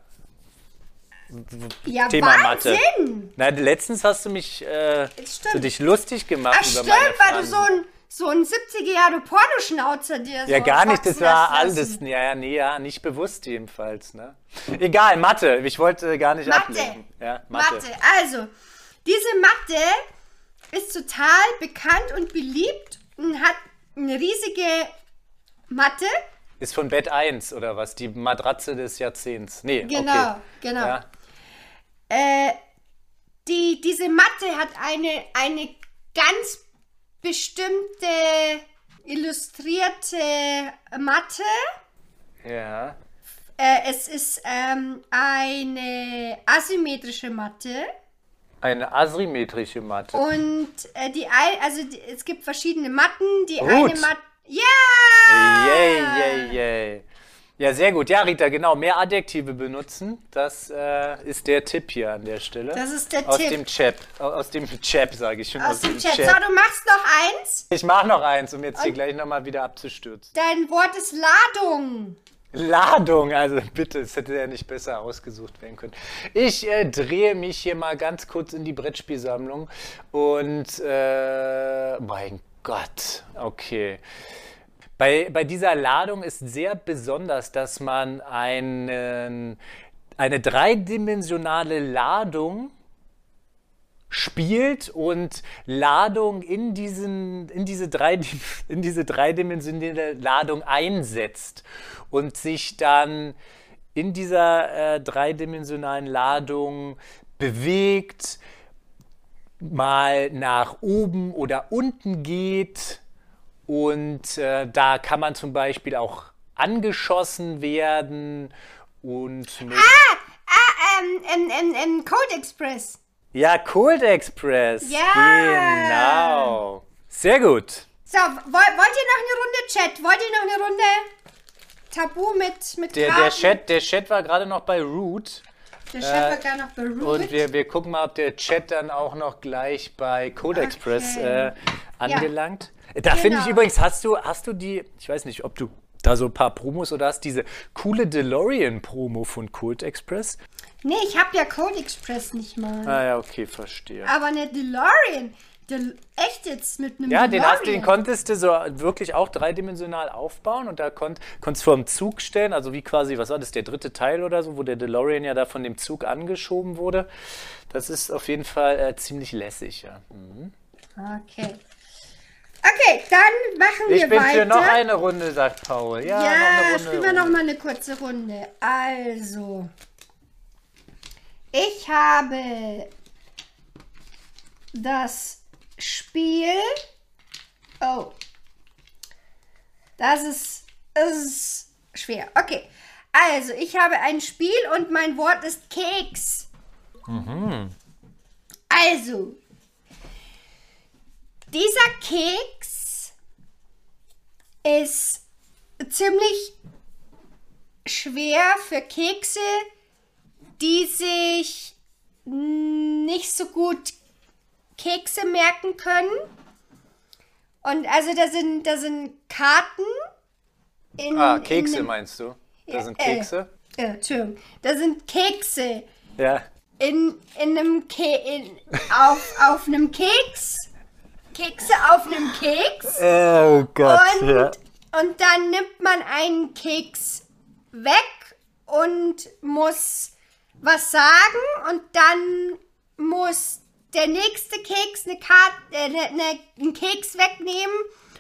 ja, Thema Mathe. Wahnsinn. Na, letztens hast du mich Stimmt. für dich lustig gemacht Ach, über stimmt, meine weil du Fransen. so ein 70er-Jahre-Pornoschnauzer dir so Ja, gar nicht, das wachsen war hast alles. lassen. Ja, nicht bewusst jedenfalls. Ne? Egal, Mathe. Ich wollte gar nicht Mathe. ablenken. Ja, Mathe. Also, diese Mathe ist total bekannt und beliebt und hat eine riesige Matte. Ist von Bett 1 oder was? Die Matratze des Jahrzehnts. Nee, Genau, okay. genau. Ja. Diese Matte hat eine ganz bestimmte illustrierte Matte. Ja. Es ist eine asymmetrische Matte. Eine asymmetrische Matte. Und es gibt verschiedene Matten. Die Gut. eine Matte. Ja! Yay. Ja, sehr gut. Ja, Rita, genau. Mehr Adjektive benutzen. Das ist der Tipp hier an der Stelle. Das ist der aus Tipp. Dem Chat. Aus dem Chat, sage ich schon. Aus dem Chat. So, du machst noch eins. Ich mache noch eins, um jetzt hier gleich nochmal wieder abzustürzen. Dein Wort ist Ladung. Ladung, also bitte, es hätte ja nicht besser ausgesucht werden können. Ich drehe mich hier mal ganz kurz in die Brettspielsammlung und, mein Gott, okay. Bei dieser Ladung ist sehr besonders, dass man eine dreidimensionale Ladung spielt und Ladung in diese dreidimensionale Ladung einsetzt und sich dann in dieser dreidimensionalen Ladung bewegt, mal nach oben oder unten geht und da kann man zum Beispiel auch angeschossen werden und mit Code Express. Ja, Cold Express. Ja. Genau. Sehr gut. So, wollt ihr noch eine Runde Chat? Wollt ihr noch eine Runde Tabu mit Karten? Der Chat war gerade noch bei Root. Der Chat war gar noch bei Root. Und wir gucken mal, ob der Chat dann auch noch gleich bei Code Express angelangt. Da finde ich Genau. übrigens, hast du die, ich weiß nicht, ob du da so ein paar Promos oder hast diese coole DeLorean-Promo von Cold Express? Nee, ich habe ja Cold Express nicht mal. Ah ja, okay, verstehe. Aber eine DeLorean. Echt jetzt mit einem Ja, DeLorean? den konntest du so wirklich auch dreidimensional aufbauen und da konntest du vor dem Zug stellen, also wie quasi, was war das, der dritte Teil oder so, wo der DeLorean ja da von dem Zug angeschoben wurde. Das ist auf jeden Fall ziemlich lässig, ja. Mhm. Okay. Okay, dann machen wir Ich bin weiter. für noch eine Runde, sagt Paul. Ja, noch eine Runde. spielen wir noch mal eine kurze Runde. Also, ich habe das Spiel. Oh. Das ist schwer. Okay. Also, ich habe ein Spiel und mein Wort ist Keks. Also, dieser Keks ist ziemlich schwer für Kekse, die sich nicht so gut Kekse merken können. Und also da sind Karten Kekse in meinst du? Da sind Kekse? Entschuldigung. Da sind Kekse Ja. auf einem Keks. Kekse auf einem Keks. Oh Gott, Und dann nimmt man einen Keks weg und muss was sagen und dann muss der nächste Keks einen Keks wegnehmen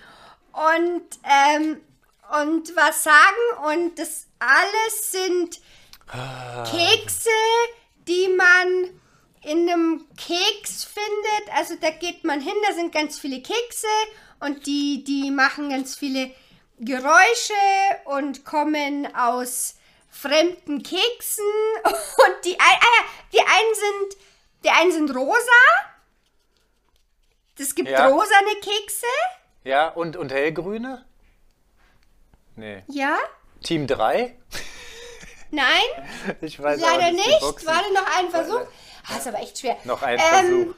und was sagen und das alles sind Kekse, die man in einem Keks findet. Also da geht man hin, da sind ganz viele Kekse und die machen ganz viele Geräusche und kommen aus fremden Keksen und die einen sind rosa. Es gibt Ja. rosane Kekse. Ja, und hellgrüne? Nee. Ja? Team 3? Nein? Ich weiß Leider auch nicht. nicht. die Boxen. Warte, noch ein Versuch. Ah, ist aber echt schwer. Noch ein Versuch.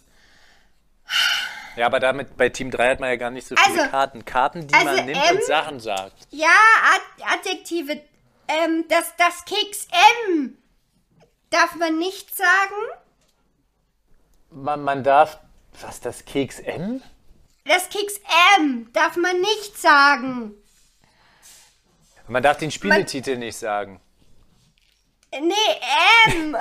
Ja, aber damit bei Team 3 hat man ja gar nicht so viele Also- Karten. Karten, die also, man nimmt und Sachen sagt. Ja, Adjektive. Das Keks M darf man nicht sagen. Man darf. Was, das Keks M? Das Keks M darf man nicht sagen. Man darf den Spieletitel nicht sagen. Nee, M.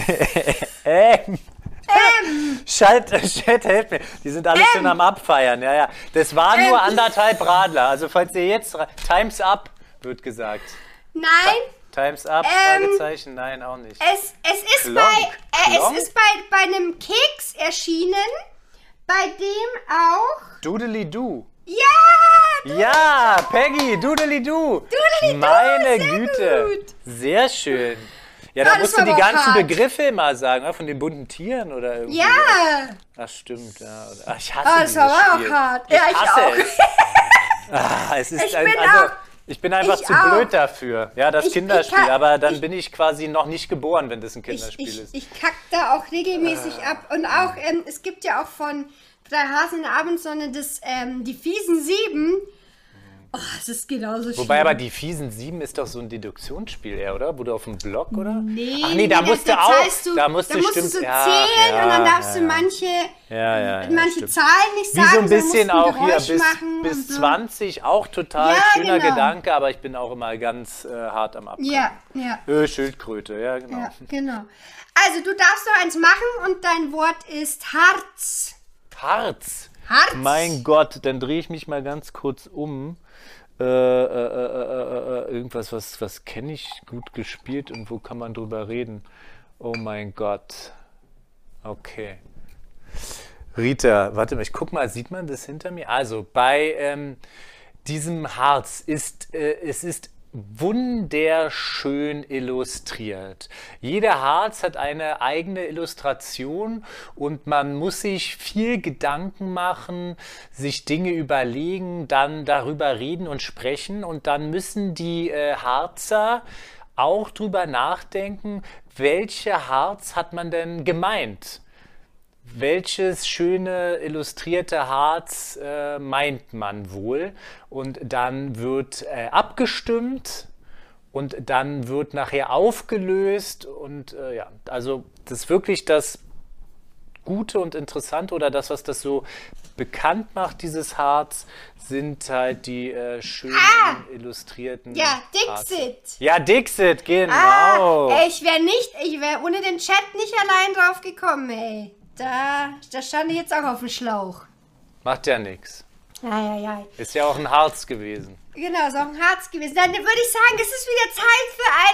Chat helft mir. Die sind alle schon am Abfeiern. Ja, ja. Das war nur 1,5 Radler. Also falls ihr jetzt... Time's up, wird gesagt. Nein, Time's up, Fragezeichen. Nein, auch nicht. es ist Klonk? bei einem Keks erschienen, bei dem auch... Doodly-doo. Ja! Ja, Peggy, Doodly-doo. Doodly-doo, Meine sehr Güte. gut. Sehr schön. Ja, Ja, da das musst du war die aber auch ganzen hart. Begriffe immer sagen, ne? Von den bunten Tieren oder irgendwie. Ja! Ach, stimmt, ja. Ach, ich hasse Oh, das dieses war aber Spiel. auch hart. Ja, ich hasse auch. Es. Es ist Ich bin also, auch- ich bin einfach ich zu auch. blöd dafür. Ja, das Ich Kinderspiel. kann- aber dann bin ich quasi noch nicht geboren, wenn das ein Ich, Kinderspiel ich, ist. ich kack da auch regelmäßig ab. Und auch, es gibt ja auch von Drei Hasen in der Abendsonne die fiesen 7. Oh, das ist genauso schlimm. Wobei aber die fiesen 7 ist doch so ein Deduktionsspiel eher, oder? Wo du auf dem Block, oder? Nee, Ach nee, da musst du auch. zahlst Da musst du, du stimmt. so ja, zählen ja, und dann darfst ja, du ja. manche stimmt. Zahlen nicht Wie sagen. so ein sondern bisschen musst ein auch hier Geräusch bis machen bis und so. 20, auch total Ja, schöner genau. Gedanke, aber ich bin auch immer ganz hart am Abkacken. Ja, Schildkröte, ja genau. ja, genau. Also du darfst noch eins machen und dein Wort ist Harz. Harz. Harz. Mein Gott, dann drehe ich mich mal ganz kurz um. Irgendwas, was kenne ich gut gespielt und wo kann man drüber reden? Oh mein Gott. Okay. Rita, warte mal, ich guck mal, sieht man das hinter mir? Also bei diesem Harz es ist wunderschön illustriert. Jeder Harz hat eine eigene Illustration und man muss sich viel Gedanken machen, sich Dinge überlegen, dann darüber reden und sprechen und dann müssen die Harzer auch drüber nachdenken, welche Harz hat man denn gemeint? welches schöne illustrierte Harz meint man wohl? Und dann wird abgestimmt und dann wird nachher aufgelöst und ja, also das ist wirklich das Gute und Interessante oder das, was das so bekannt macht, dieses Harz, sind halt die schönen illustrierten Ja, Harze. Dixit. Ja, Dixit, genau. Ey, ich wäre ohne den Chat nicht allein drauf gekommen, ey. Da stand ich jetzt auch auf dem Schlauch. Macht ja nichts. Ja. Ist ja auch ein Harz gewesen. Genau, ist auch ein Harz gewesen. Dann würde ich sagen, es ist wieder Zeit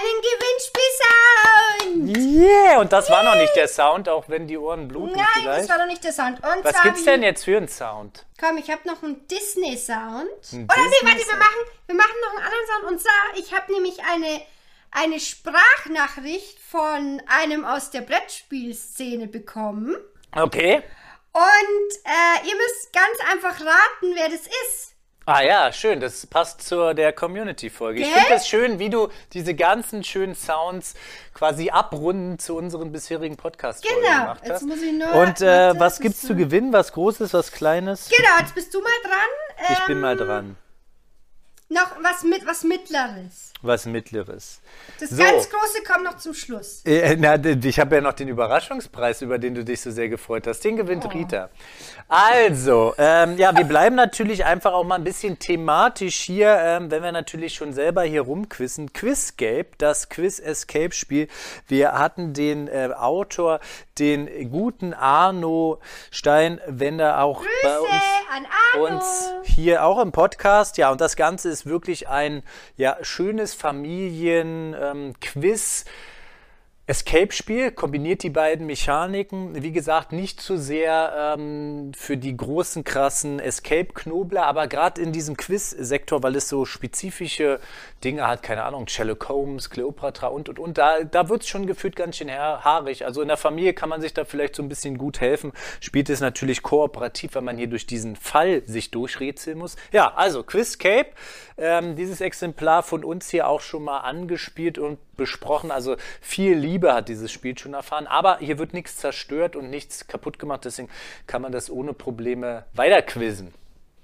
für einen Gewinnspielsound. Yeah, und das war noch nicht der Sound, auch wenn die Ohren bluten Nein, vielleicht. das war doch nicht der Sound. Und Was zwar gibt's denn jetzt für einen Sound? Komm, ich habe noch einen Disney-Sound. Ein Oder nee, warte, Disney-Sound. wir machen noch einen anderen Sound. Und zwar, ich habe nämlich eine Sprachnachricht von einem aus der Brettspielszene bekommen. Okay. Und ihr müsst ganz einfach raten, wer das ist. Ah ja, schön, das passt zur der Community-Folge. Ich Gell? finde das schön, wie du diese ganzen schönen Sounds quasi abrunden zu unseren bisherigen Podcast-Folgen Genau, gemacht jetzt hast. muss ich nur... Und warte, was bis gibt's du- zu gewinnen? Was Großes, was Kleines? Genau, jetzt bist du mal dran. Ich bin mal dran. Noch was Mittleres. Was Mittleres. Das So. ganz Große kommt noch zum Schluss. Ich habe ja noch den Überraschungspreis, über den du dich so sehr gefreut hast. Den gewinnt Rita. Also, ja, wir bleiben natürlich einfach auch mal ein bisschen thematisch hier, wenn wir natürlich schon selber hier rumquizzen. Quizscape, das Quiz-Escape-Spiel. Wir hatten den Autor, den guten Arno Steinwender auch bei Grüße an Arno. uns hier auch im Podcast. Ja, und das Ganze ist wirklich ein schönes Familien-Quiz. Escape-Spiel, kombiniert die beiden Mechaniken. Wie gesagt, nicht zu sehr für die großen, krassen Escape-Knobler, aber gerade in diesem Quiz-Sektor, weil es so spezifische Dinge hat, keine Ahnung, Sherlock Holmes, Cleopatra und. Da wird es schon gefühlt ganz schön haarig. Also in der Familie kann man sich da vielleicht so ein bisschen gut helfen. Spielt es natürlich kooperativ, weil man hier durch diesen Fall sich durchrätseln muss. Ja, also Quizscape, dieses Exemplar von uns hier auch schon mal angespielt und besprochen. Also viel Liebe hat dieses Spiel schon erfahren, aber hier wird nichts zerstört und nichts kaputt gemacht, deswegen kann man das ohne Probleme weiterquizzen.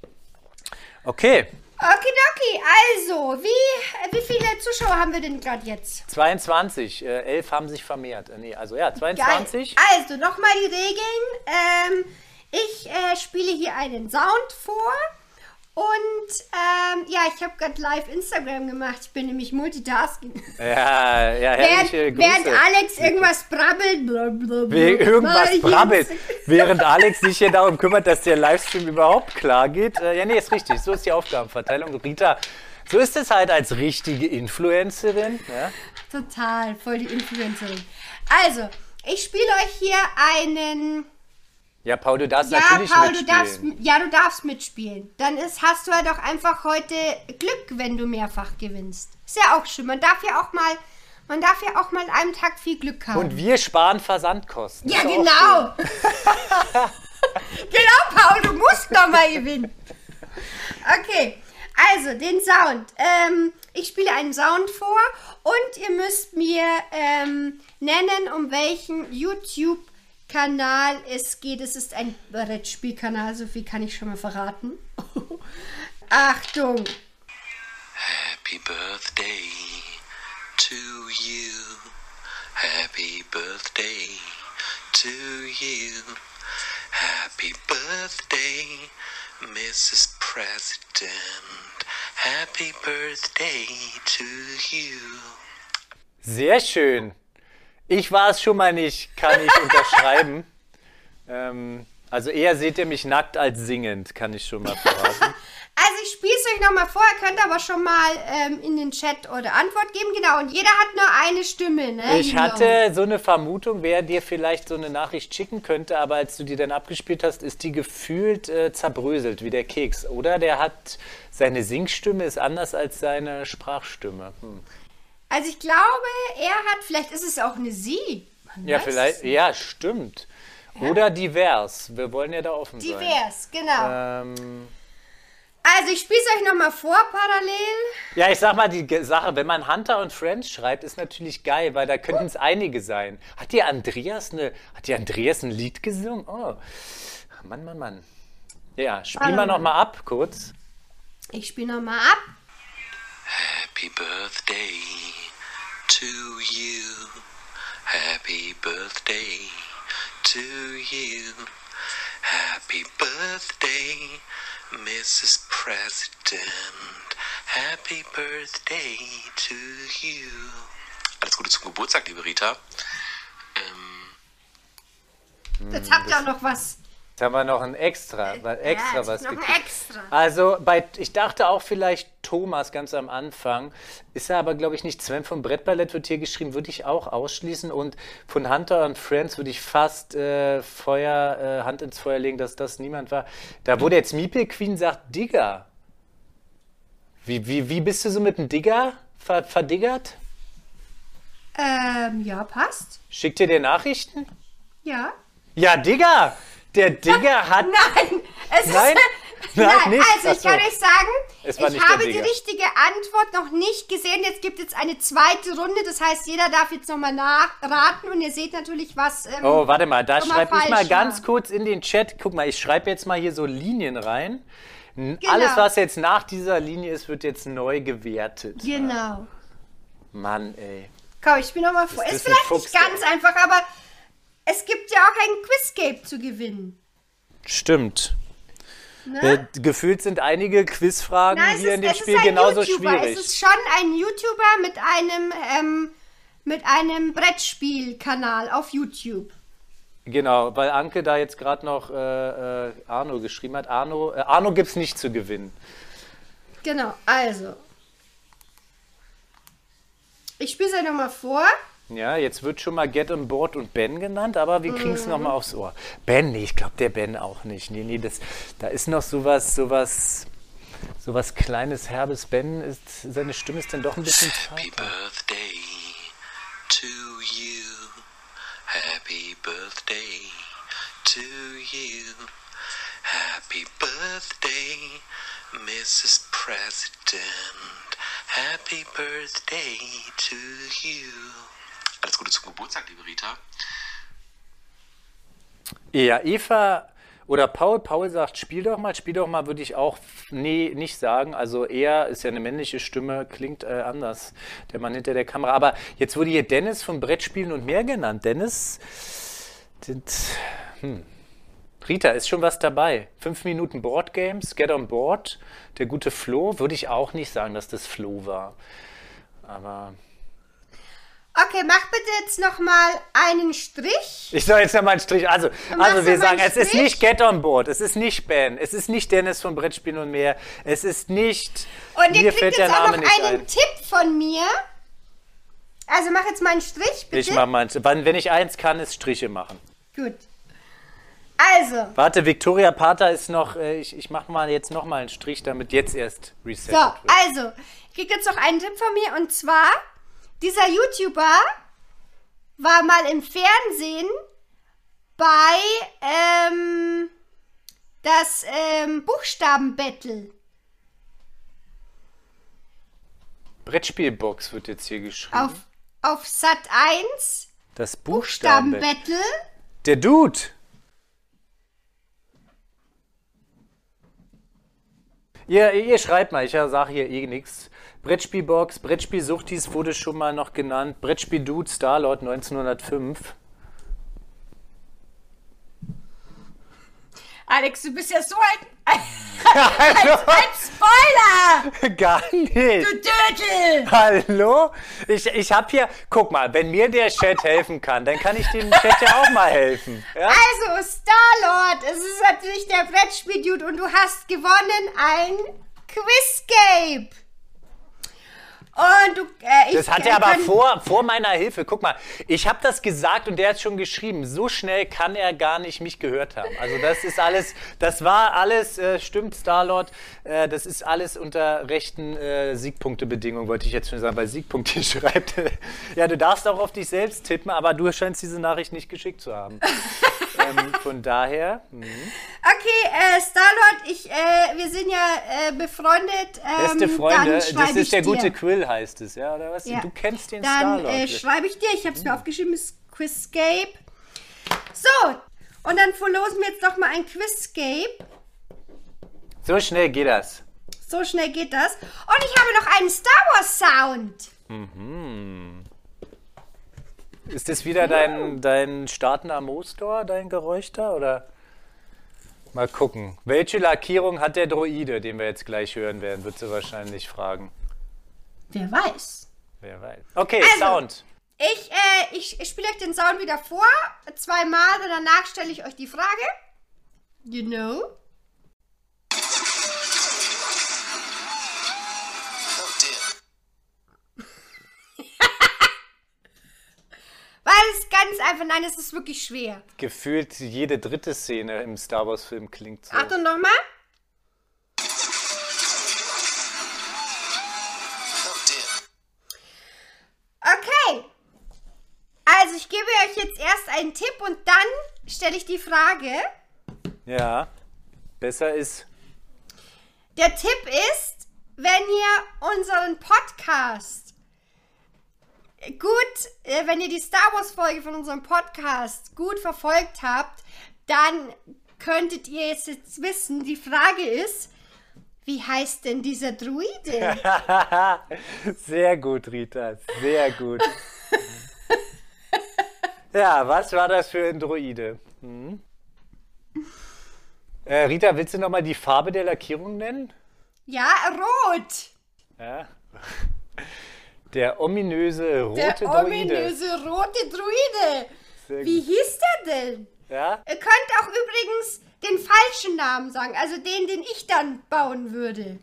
Okay, Okidoki, also, wie viele Zuschauer haben wir denn gerade jetzt? 22, 11 haben sich vermehrt. Also ja, 22. Geil. Also, nochmal die Regeln. Ich spiele hier einen Sound vor. Und ja, ich habe gerade live Instagram gemacht. Ich bin nämlich Multitasking. Ja, herrliche Grüße. Während Alex irgendwas brabbelt. Irgendwas brabbelt. Während Alex sich hier darum kümmert, dass der Livestream überhaupt klar geht. Ja, nee, ist richtig. So ist die Aufgabenverteilung. Rita, so ist es halt als richtige Influencerin. Ja? Total, voll die Influencerin. Also, ich spiele euch hier einen... Ja, Paul, du darfst Ja, natürlich Paul, mitspielen. du darfst mitspielen. Dann hast du halt auch einfach heute Glück, wenn du mehrfach gewinnst. Ist ja auch schön. Man darf ja auch mal an einem Tag viel Glück haben. Und wir sparen Versandkosten. ja, Ist auch genau. Genau, Paul, du musst noch mal gewinnen. Okay, also den Sound. Ich spiele einen Sound vor und ihr müsst mir nennen, um welchen YouTube-Kanal es geht. Es ist ein Brettspielkanal, so viel kann ich schon mal verraten. Achtung. Happy birthday to you. Happy birthday to you. Happy birthday, Mrs. President. Happy birthday to you. Sehr schön. Ich war es schon mal nicht, kann ich unterschreiben. Also eher seht ihr mich nackt als singend, kann ich schon mal verraten. Also ich spiele es euch nochmal vor, ihr könnt aber schon mal in den Chat eure Antwort geben. Genau, und jeder hat nur eine Stimme, ne? Ich hatte so eine Vermutung, wer dir vielleicht so eine Nachricht schicken könnte, aber als du die dann abgespielt hast, ist die gefühlt zerbröselt, wie der Keks. Oder der hat, seine Singstimme ist anders als seine Sprachstimme. Also ich glaube, er hat, vielleicht ist es auch eine Sie. Man Ja, weiß vielleicht, es nicht. ja, stimmt. Oder divers. Wir wollen ja da offen sein. Divers, genau. Also, ich spiele es euch nochmal vor, parallel. Ja, ich sag mal, die Sache, wenn man Hunter und Friends schreibt, ist natürlich geil, weil da könnten es einige sein. Hat die Andreas ein Lied gesungen? Oh, Mann. Ja, spiel mal nochmal ab, kurz. Ich spiele nochmal ab. Happy birthday to you. Happy birthday to you. Happy birthday, Mrs. President. Happy birthday to you. Alles Gute zum Geburtstag, liebe Rita. Jetzt habt ihr auch noch was. Jetzt haben wir noch ein Extra was noch ein gekriegt. Extra. Also, ich dachte auch vielleicht Thomas ganz am Anfang. Ist er aber, glaube ich, nicht. Sven vom Brettballett wird hier geschrieben, würde ich auch ausschließen. Und von Hunter und Friends würde ich fast Hand ins Feuer legen, dass das niemand war. Da wurde jetzt Meeple Queen sagt Digger. Wie bist du so mit dem Digger verdiggert? Ja, passt. Schickt ihr dir Nachrichten? Ja. Ja, Digger! Der Digger hat... Nein, Nein? Nein, nicht? also ich kann Ach so. euch sagen, Es war ich nicht der habe die Digger. richtige Antwort noch nicht gesehen. Jetzt gibt es eine zweite Runde. Das heißt, jeder darf jetzt nochmal nachraten und ihr seht natürlich, was Oh, warte mal, da schon mal schreibe ich mal falsch ganz war. kurz in den Chat. Guck mal, ich schreibe jetzt mal hier so Linien rein. Genau. Alles, was jetzt nach dieser Linie ist, wird jetzt neu gewertet. Genau. Mann, ey. Komm, ich spiele nochmal vor. Ist Ist das ein vielleicht Fuchs, nicht ganz einfach, aber es gibt ja auch ein Quizscape zu gewinnen. Stimmt. Ne? Gefühlt sind einige Quizfragen Nein, hier in dem es Spiel ist ein genauso YouTuber. schwierig. Es ist schon ein YouTuber mit einem Brettspielkanal auf YouTube. Genau, weil Anke da jetzt gerade noch Arno geschrieben hat. Arno gibt's nicht zu gewinnen. Genau, also. Ich spiele es euch nochmal vor. Ja, jetzt wird schon mal Get on Board und Ben genannt, aber wir kriegen es nochmal aufs Ohr. Ben, nee, ich glaube der Ben auch nicht. Nee, da ist noch sowas kleines, herbes. Ben, seine Stimme ist dann doch ein bisschen Happy zarter. birthday to you. Happy birthday to you. Happy birthday, Mrs. President. Happy birthday to you. Alles Gute zum Geburtstag, liebe Rita. Ja, Eva oder Paul sagt, spiel doch mal, würde ich auch nicht sagen. Also er ist ja eine männliche Stimme, klingt anders, der Mann hinter der Kamera. Aber jetzt wurde hier Dennis von Brettspielen und mehr genannt. Dennis, Rita, ist schon was dabei. 5 Minuten Boardgames, Get on Board, der gute Flo, würde ich auch nicht sagen, dass das Flo war. Aber... Okay, mach bitte jetzt nochmal einen Strich. Ich soll jetzt nochmal einen Strich. Also machst wir du mal sagen, einen es ist Strich? nicht Get on Board, es ist nicht Ben, es ist nicht Dennis von Brettspielen und mehr, es ist nicht. Und ihr mir kriegt fällt der jetzt auch Name noch nicht einen ein. Tipp von mir. Also mach jetzt mal einen Strich, bitte. Ich mach mal, wenn ich eins kann, ist Striche machen. Gut. Also, Warte, Victoria Pater ist noch, ich mach mal jetzt nochmal einen Strich, damit jetzt erst resettet so, wird. also, ihr kriegt jetzt noch einen Tipp von mir und zwar, dieser YouTuber war mal im Fernsehen bei das Buchstabenbattle. Brettspielbox wird jetzt hier geschrieben. Auf Sat 1 Das Buchstabenbattle. Buchstabenbattle. Der Dude. Ihr schreibt mal, ich sage hier eh nichts. Brettspielbox, Brettspielsuchtis wurde schon mal noch genannt. Brettspiel-Dude, Starlord 1905. Alex, du bist ja so ein Spoiler! Gar nicht. Du Dödel! Hallo? Ich habe hier, guck mal, wenn mir der Chat helfen kann, dann kann ich dem Chat ja auch mal helfen. Ja? Also, Starlord, es ist natürlich der Brettspiel-Dude und du hast gewonnen ein Quizscape. Und du, Das hat er aber vor meiner Hilfe. Guck mal, ich habe das gesagt und der hat schon geschrieben. So schnell kann er gar nicht mich gehört haben. Also das ist alles, das war alles, stimmt Starlord, das ist alles unter rechten Siegpunktebedingungen, wollte ich jetzt schon sagen, weil Siegpunkte schreibt. Ja, du darfst auch auf dich selbst tippen, aber du scheinst diese Nachricht nicht geschickt zu haben. Von daher. Okay, Star-Lord, wir sind ja befreundet. Beste Freunde, dann das schreibe ist der ich dir. gute Quill, heißt es, ja? Oder was? Ja. Du kennst den Dann Star-Lord. schreibe ich dir, ich habe es mir aufgeschrieben, ist Quizscape. So, und dann verlosen wir jetzt doch mal ein Quizscape. So schnell geht das. So schnell geht das. Und ich habe noch einen Star Wars Sound. Ist das wieder dein Starten am Motor, dein Geräusch da? Oder? Mal gucken. Welche Lackierung hat der Droide, den wir jetzt gleich hören werden, wird sie wahrscheinlich fragen. Wer weiß. Wer weiß. Okay, Also, Sound. Ich spiele euch den Sound wieder vor. 2 Mal und danach stelle ich euch die Frage. You know? Oh dear. Weil es ist ganz einfach, nein, es ist wirklich schwer. Gefühlt jede dritte Szene im Star Wars Film klingt so. Achtung nochmal. Oh dear. Okay. Also ich gebe euch jetzt erst einen Tipp und dann stelle ich die Frage. Ja, besser ist. Der Tipp ist, wenn ihr unseren Podcast wenn ihr die Star Wars Folge von unserem Podcast gut verfolgt habt, dann könntet ihr jetzt wissen, die Frage ist, wie heißt denn dieser Druide? Sehr gut, Rita, sehr gut. Ja, was war das für ein Droide? Rita, willst du nochmal die Farbe der Lackierung nennen? Ja, rot. Ja. Der ominöse rote Der Droide. ominöse rote Druide. Sehr Wie gut. hieß der denn? Ja? Ihr könnt auch übrigens den falschen Namen sagen, also den ich dann bauen würde.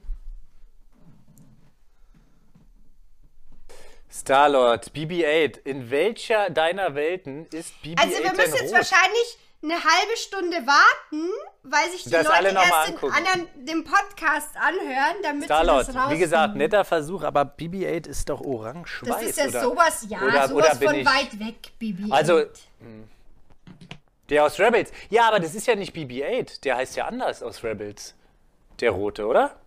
Star-Lord, BB-8. In welcher deiner Welten ist BB-8 Also wir müssen denn jetzt rot? wahrscheinlich eine halbe Stunde warten, weil sich die Das alle Leute noch mal erst angucken. dem Podcast anhören, damit sie Star-Lord, das rausfinden. wie gesagt, netter Versuch, aber BB-8 ist doch orange-weiß, Das ist ja oder? sowas, ja, oder sowas bin von ich- weit weg, Bibi. Also, der aus Rebels. Ja, aber das ist ja nicht BB-8. Der heißt ja anders aus Rebels. Der rote, oder?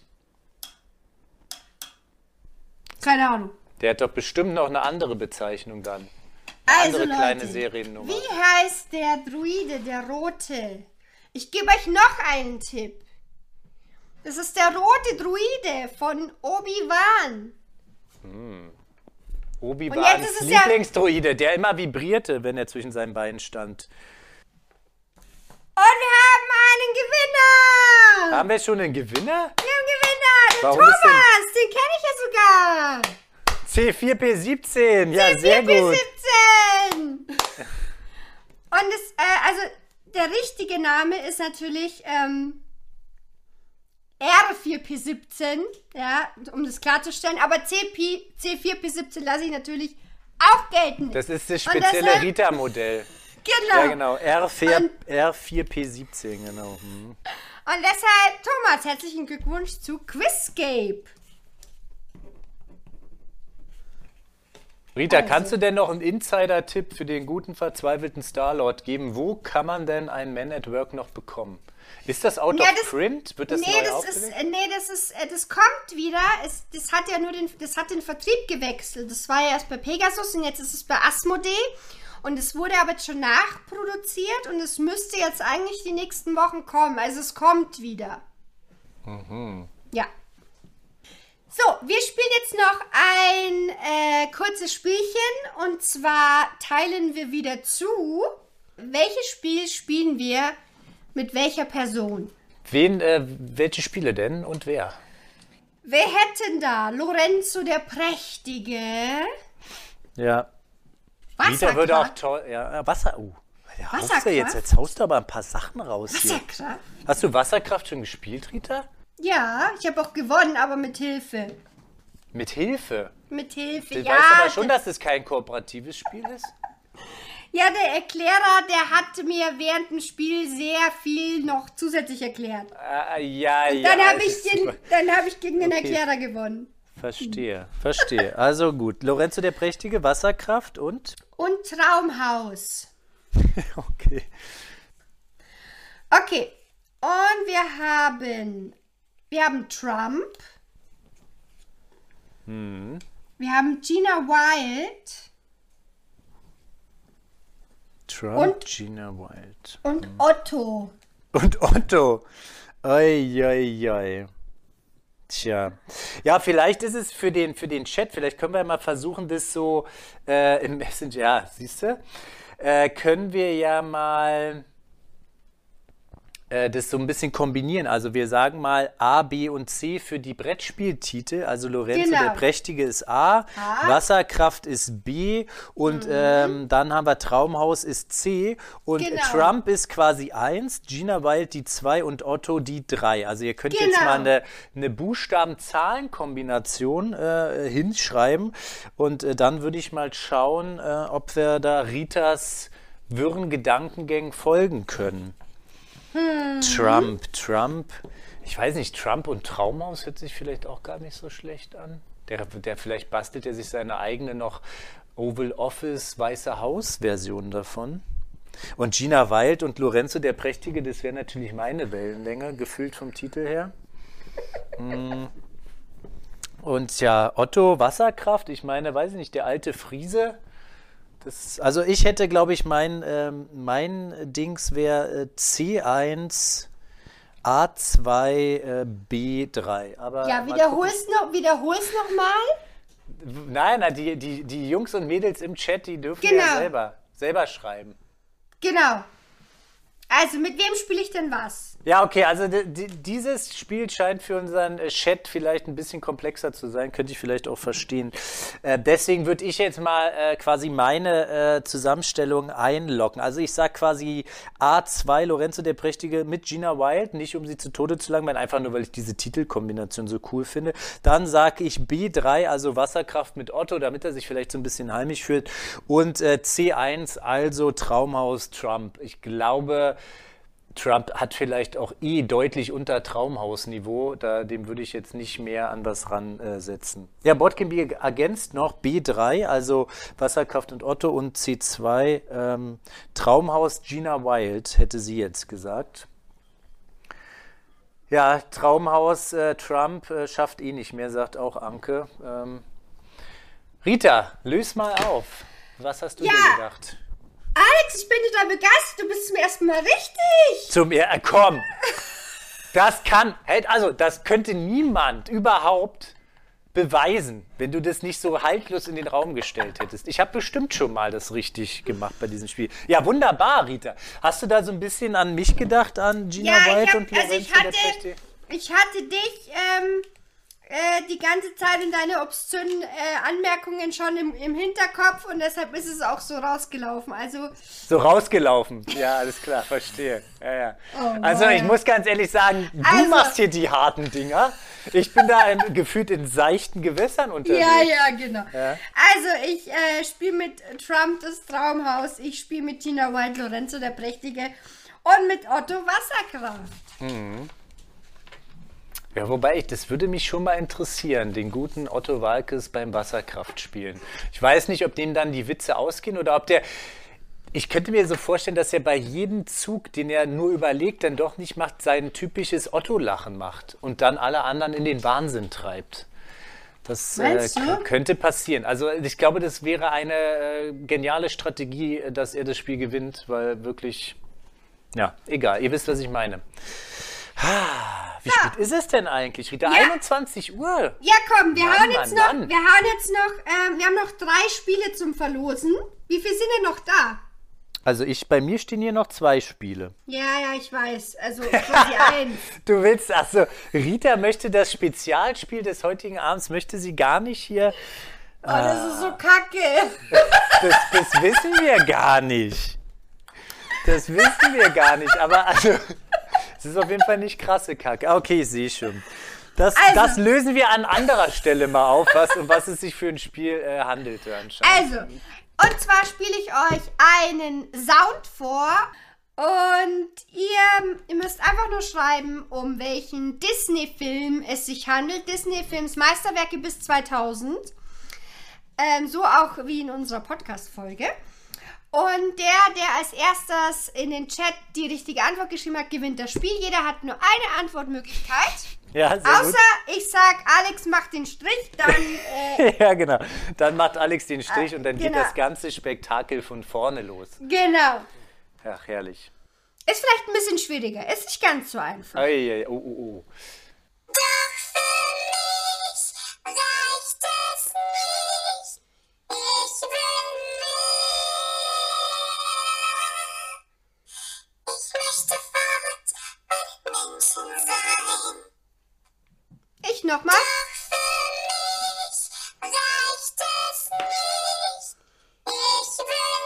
Keine Ahnung. Der hat doch bestimmt noch eine andere Bezeichnung dann. Also Andere kleine Leute, Seriennummer. wie heißt der Druide, der rote? Ich gebe euch noch einen Tipp. Das ist der rote Druide von Obi-Wan. Und Obi-Wans jetzt ist es ja- Lieblingsdroide, der immer vibrierte, wenn er zwischen seinen Beinen stand. Und wir haben einen Gewinner! Haben wir schon einen Gewinner? Wir haben einen Gewinner! Den Warum ist Thomas! Den kenne ich ja sogar! C4P17, ja, sehr gut. C4P17! Und also der richtige Name ist natürlich R4P17, ja, um das klarzustellen, aber C4P17 lasse ich natürlich auch gelten. Das ist das Und spezielle deshalb- Rita-Modell. Genau. Ja, genau. R4P17, genau. Und deshalb, Thomas, herzlichen Glückwunsch zu Quizscape. Rita, Also. kannst du denn noch einen Insider-Tipp für den guten, verzweifelten Star-Lord geben? Wo kann man denn einen Man at Work noch bekommen? Ist das out Ja, of das- print? Wird das neu aufgelegt? Das kommt wieder. Das hat ja das hat den Vertrieb gewechselt. Das war ja erst bei Pegasus und jetzt ist es bei Asmodee. Und es wurde aber jetzt schon nachproduziert und es müsste jetzt eigentlich die nächsten Wochen kommen. Also es kommt wieder. Ja. So, wir spielen jetzt noch ein kurzes Spielchen und zwar teilen wir wieder zu. Welches Spiel spielen wir mit welcher Person? Welche Spiele denn und wer? Wer hätten da? Lorenzo der Prächtige. Ja. Rita würde auch Wasserkraft. toll. Ja, Wasser. Ja, Wasserkraft? jetzt haust du aber ein paar Sachen raus hier. Wasserkraft? Hast du Wasserkraft schon gespielt, Rita? Ja, ich habe auch gewonnen, aber mit Hilfe. Mit Hilfe. Mit Hilfe, Du ja. weißt aber schon, dass es kein kooperatives Spiel ist. Ja, der Erklärer, der hat mir während dem Spiel sehr viel noch zusätzlich erklärt. Ja. Dann habe das ich, ist super. hab ich gegen den Okay. Erklärer gewonnen. Verstehe. Also gut. Lorenzo der Prächtige, Wasserkraft und? Und Traumhaus. Okay. Okay. Und wir haben Trump. Wir haben Gina Wild. Trump, Und- Gina Wild. Und Otto. Und Otto. Oi, oi, oi. Tja. Ja, vielleicht ist es für den Chat, vielleicht können wir mal versuchen, das so im Messenger, ja, siehst du, können wir ja mal das so ein bisschen kombinieren. Also wir sagen mal A, B und C für die Brettspieltitel. Also Lorenzo Genau. der Prächtige ist A, Wasserkraft ist B und dann haben wir Traumhaus ist C und Genau. Trump ist quasi 1, Gina Wild die 2 und Otto die 3. Also ihr könnt jetzt Genau. mal eine Buchstaben-Zahlen-Kombination hinschreiben und dann würde ich mal schauen, ob wir da Ritas wirren Gedankengängen folgen können. Trump. Ich weiß nicht, Trump und Traumhaus hört sich vielleicht auch gar nicht so schlecht an. Der vielleicht bastelt er sich seine eigene noch Oval Office Weiße Haus Version davon. Und Gina Wild und Lorenzo der Prächtige, das wäre natürlich meine Wellenlänge, gefühlt vom Titel her. Und ja, Otto Wasserkraft, ich meine, weiß ich nicht, der alte Friese. Also ich hätte, glaube ich, mein Dings wäre C1, A2, B3. Aber Ja, mal wiederhol's noch mal. gucken. Nein, die Jungs und Mädels im Chat, die dürfen Genau. ja selber schreiben. Genau. Also, mit wem spiele ich denn was? Ja, okay, also dieses Spiel scheint für unseren Chat vielleicht ein bisschen komplexer zu sein, könnte ich vielleicht auch verstehen. Deswegen würde ich jetzt mal quasi meine Zusammenstellung einloggen. Also ich sage quasi A2 Lorenzo der Prächtige mit Gina Wild, nicht um sie zu Tode zu langweilen, einfach nur, weil ich diese Titelkombination so cool finde. Dann sage ich B3, also Wasserkraft mit Otto, damit er sich vielleicht so ein bisschen heimisch fühlt. Und C1, also Traumhaus Trump. Ich glaube, Trump hat vielleicht auch deutlich unter Traumhausniveau. Dem würde ich jetzt nicht mehr an was ransetzen. Ja, Boardgame ergänzt noch B3, also Wasserkraft und Otto und C2 Traumhaus Gina Wild, hätte sie jetzt gesagt. Ja, Traumhaus Trump schafft nicht mehr, sagt auch Anke. Rita, löse mal auf. Was hast du dir gedacht? Alex, ich bin total begeistert. Du bist zum ersten Mal richtig. Komm! Das könnte niemand überhaupt beweisen, wenn du das nicht so haltlos in den Raum gestellt hättest. Ich habe bestimmt schon mal das richtig gemacht bei diesem Spiel. Ja, wunderbar, Rita. Hast du da so ein bisschen an mich gedacht, an Gina Wild und Lorenzo der Prächtige? Ich hatte dich die ganze Zeit in deine obszönen Anmerkungen schon im Hinterkopf und deshalb ist es auch so rausgelaufen. Also So rausgelaufen. Ja, alles klar, verstehe. Ja. Also ich muss ganz ehrlich sagen, du machst hier die harten Dinger. Ich bin da gefühlt in seichten Gewässern unterwegs. Ja, genau. Ja. Also ich spiele mit Trump das Traumhaus, ich spiele mit Gina Wild Lorenzo der Prächtige und mit Otto Wasserkraft. Ja, wobei das würde mich schon mal interessieren, den guten Otto Waalkes beim Wasserkraftspielen. Ich weiß nicht, ob dem dann die Witze ausgehen oder ob der... Ich könnte mir so vorstellen, dass er bei jedem Zug, den er nur überlegt, dann doch nicht macht, sein typisches Otto-Lachen macht und dann alle anderen in den Wahnsinn treibt. Das Meinst du? könnte passieren. Also ich glaube, das wäre eine geniale Strategie, dass er das Spiel gewinnt, weil wirklich... Ja, egal, ihr wisst, was ich meine. Wie spät ist es denn eigentlich, Rita? Ja. 21 Uhr. Ja, komm, wir haben noch 3 Spiele zum Verlosen. Wie viel sind denn noch da? Also bei mir stehen hier noch 2 Spiele. Ja, ich weiß. Also quasi 1. Du willst, Rita möchte das Spezialspiel des heutigen Abends, möchte sie gar nicht hier. Oh, das ist so kacke. Das wissen wir gar nicht. Das wissen wir gar nicht, aber es ist auf jeden Fall nicht krasse Kacke. Okay, ich sehe schon. Das lösen wir an anderer Stelle mal auf, um was es sich für ein Spiel handelt anscheinend. Also, und zwar spiele ich euch einen Sound vor und ihr müsst einfach nur schreiben, um welchen Disney-Film es sich handelt. Disney-Films Meisterwerke bis 2000. So auch wie in unserer Podcast-Folge. Und der als erstes in den Chat die richtige Antwort geschrieben hat, gewinnt das Spiel. Jeder hat nur eine Antwortmöglichkeit. Ja, sehr Außer gut. ich sag, Alex macht den Strich, dann Ja, genau. Dann macht Alex den Strich und dann geht genau. das ganze Spektakel von vorne los. genau. Ach, herrlich. Ist vielleicht ein bisschen schwieriger, ist nicht ganz so einfach. Ei, oh. Doch für mich reicht es nicht. Ich will mehr. Ich möchte verrückt mit Menschen sein. Ich nochmal. Doch für mich reicht es nicht. Ich will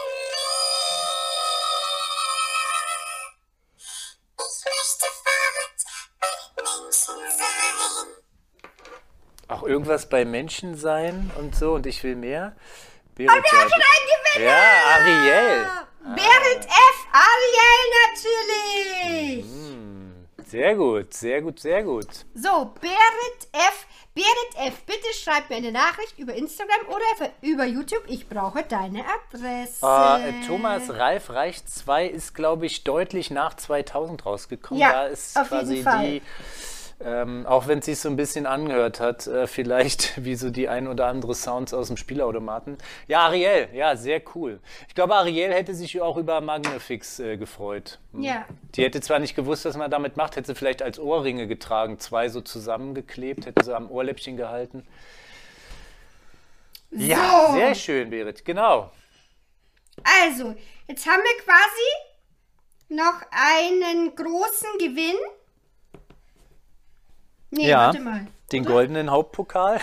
mehr. Ich möchte verrückt mit Menschen sein. Auch irgendwas bei Menschen sein und so und ich will mehr. Und Wir haben schon einen Gewinner! Ja, Ariel. Berit F. Ariel natürlich! Sehr gut, sehr gut, sehr gut. So, Berit F. Berit F., bitte schreib mir eine Nachricht über Instagram oder über YouTube. Ich brauche deine Adresse. Thomas Ralf Reich 2 ist, glaube ich, deutlich nach 2000 rausgekommen. Ja, da ist auf quasi jeden Fall. die, auch wenn es sich so ein bisschen angehört hat, vielleicht wie so die ein oder andere Sounds aus dem Spielautomaten. Ja, Ariel, ja, sehr cool. Ich glaube, Ariel hätte sich auch über Magnifix gefreut. Ja. Die hätte zwar nicht gewusst, was man damit macht, hätte sie vielleicht als Ohrringe getragen, 2 so zusammengeklebt, hätte sie am Ohrläppchen gehalten. Ja, So. sehr schön, Berit, genau. Also, jetzt haben wir quasi noch einen großen Gewinn. Nee, Ja, warte mal. den goldenen Hauptpokal.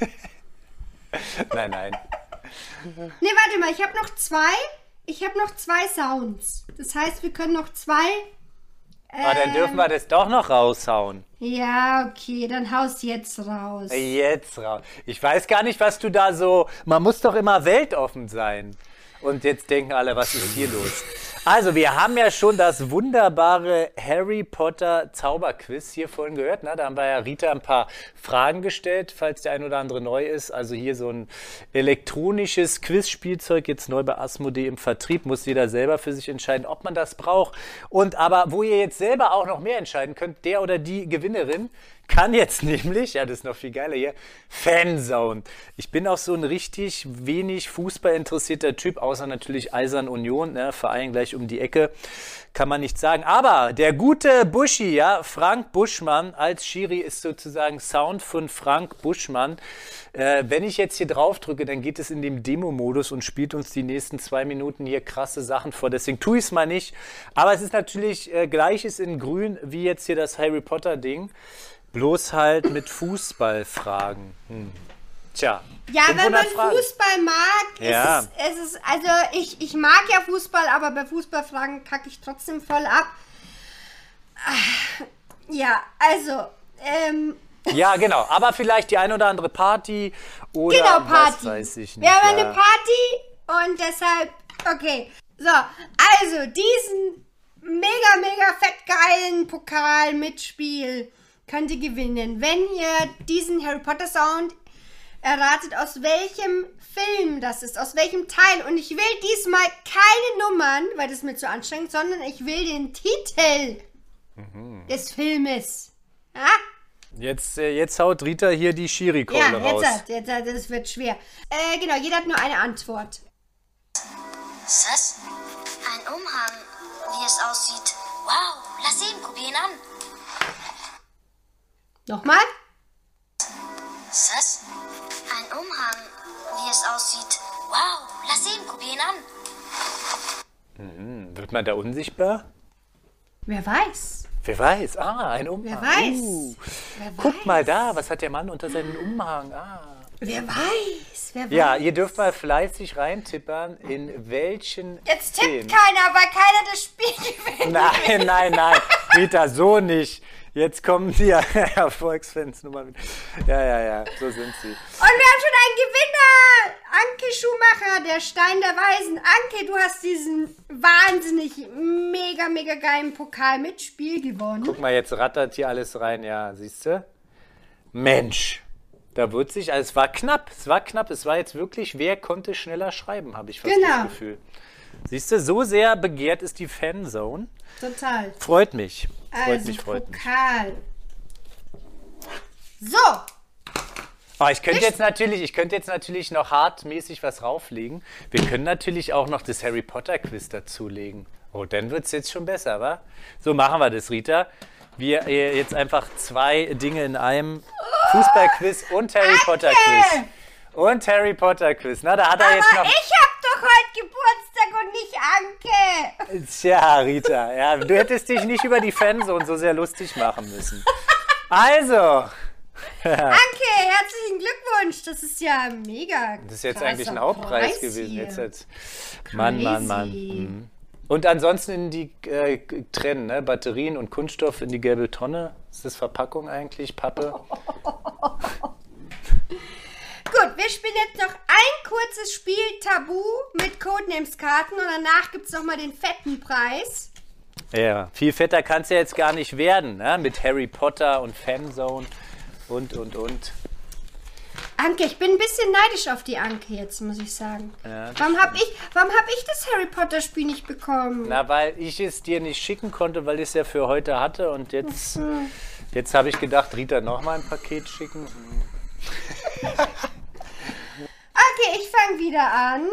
Nein. Nee, warte mal, ich habe noch zwei Sounds. Das heißt, wir können noch zwei. Dann dürfen wir das doch noch raushauen. Ja, okay, dann haust jetzt raus. Jetzt raus. Ich weiß gar nicht, was du da so... Man muss doch immer weltoffen sein. Und jetzt denken alle, was ist hier los? Also, wir haben ja schon das wunderbare Harry Potter Zauberquiz hier vorhin gehört. Ne? Da haben wir ja Rita ein paar Fragen gestellt, falls der ein oder andere neu ist. Also hier so ein elektronisches Quizspielzeug, jetzt neu bei Asmodee im Vertrieb. Muss jeder selber für sich entscheiden, ob man das braucht. Und aber wo ihr jetzt selber auch noch mehr entscheiden könnt, der oder die Gewinnerin kann jetzt nämlich, ja, das ist noch viel geiler hier, Fanzone. Ich bin auch so ein richtig wenig Fußball interessierter Typ, außer natürlich Eisern Union, ne, Verein gleich um die Ecke, kann man nicht sagen. Aber der gute Buschi, ja, Frank Buschmann als Schiri ist sozusagen Sound von Frank Buschmann. Wenn ich jetzt hier drauf drücke, dann geht es in dem Demo-Modus und spielt uns die nächsten 2 Minuten hier krasse Sachen vor. Deswegen tue ich es mal nicht. Aber es ist natürlich Gleiches in grün, wie jetzt hier das Harry Potter-Ding. Bloß halt mit Fußballfragen. Tja. Ja, wenn 500 man Fragen. Fußball mag, Ja. also ich mag ja Fußball, aber bei Fußballfragen kacke ich trotzdem voll ab. Ja, also, Ja, genau. Aber vielleicht die ein oder andere Party oder genau, was Party. weiß ich nicht. Wir haben ja. eine Party und deshalb, okay. So, also diesen mega fett geilen Pokal mit Spiel könnt ihr gewinnen, wenn ihr diesen Harry Potter Sound erratet, aus welchem Film das ist, aus welchem Teil. Und ich will diesmal keine Nummern, weil das ist mir zu anstrengend, sondern ich will den Titel des Filmes. Ja? Jetzt haut Rita hier die Schiri-Keule raus. Jetzt, das wird schwer. Genau, jeder hat nur eine Antwort. Was ist das? Ein Umhang, wie es aussieht. Wow, lass sehen, probier ihn an. Nochmal? Was ist das? Ein Umhang, wie es aussieht. Wow, lass sehen, probier ihn an. Wird man da unsichtbar? Wer weiß? Wer weiß. Ein Umhang. Wer weiß? Wer Guck weiß? mal da, was hat der Mann unter seinem Umhang? Wer weiß? Wer weiß? Ja, ihr dürft mal fleißig reintippern, in welchen Jetzt Film. tippt keiner, weil keiner das Spiel gewinnt. Nein. Rita, so nicht. Jetzt kommen die Erfolgsfans Nummer wieder. Ja, so sind sie. Und wir haben schon einen Gewinner! Anke Schumacher, der Stein der Weisen. Anke, du hast diesen wahnsinnig mega geilen Pokal mit Spiel gewonnen. Guck mal, jetzt rattert hier alles rein. Ja, siehst du? Mensch, da wird sich, also es war knapp. Es war jetzt wirklich, wer konnte schneller schreiben, habe ich fast Genau. das Gefühl. Siehst du, so sehr begehrt ist die Fanzone. Total. Freut mich. Also, Freut mich. Pokal. So. Oh, ich könnte jetzt natürlich noch hartmäßig was rauflegen. Wir können natürlich auch noch das Harry Potter Quiz dazulegen. Oh, dann wird es jetzt schon besser, wa? So machen wir das, Rita. Wir jetzt einfach 2 Dinge in einem. Fußballquiz und Harry Potter Quiz. Und Harry Potter Quiz. Na, da hat er jetzt noch... Ich hab doch heute Geburtstag und nicht Anke. Tja, Rita, ja, du hättest dich nicht über die Fanzone so sehr lustig machen müssen. Also... Anke, herzlichen Glückwunsch. Das ist ja mega. Das ist jetzt krasser eigentlich ein Hauptpreis Preis gewesen. hier. Jetzt. Mann. Und ansonsten in die trennen, ne? Batterien und Kunststoff in die gelbe Tonne. Ist das Verpackung eigentlich, Pappe? Gut, wir spielen jetzt noch ein kurzes Spiel Tabu mit Codenames-Karten und danach gibt es nochmal den fetten Preis. Ja, viel fetter kann es ja jetzt gar nicht werden, ne? Mit Harry Potter und Fanzone und. Anke, ich bin ein bisschen neidisch auf die Anke jetzt, muss ich sagen. Ja, warum hab ich das Harry Potter Spiel nicht bekommen? Na, weil ich es dir nicht schicken konnte, weil ich es ja für heute hatte und jetzt habe ich gedacht, Rita nochmal ein Paket schicken. Okay, ich fange wieder an.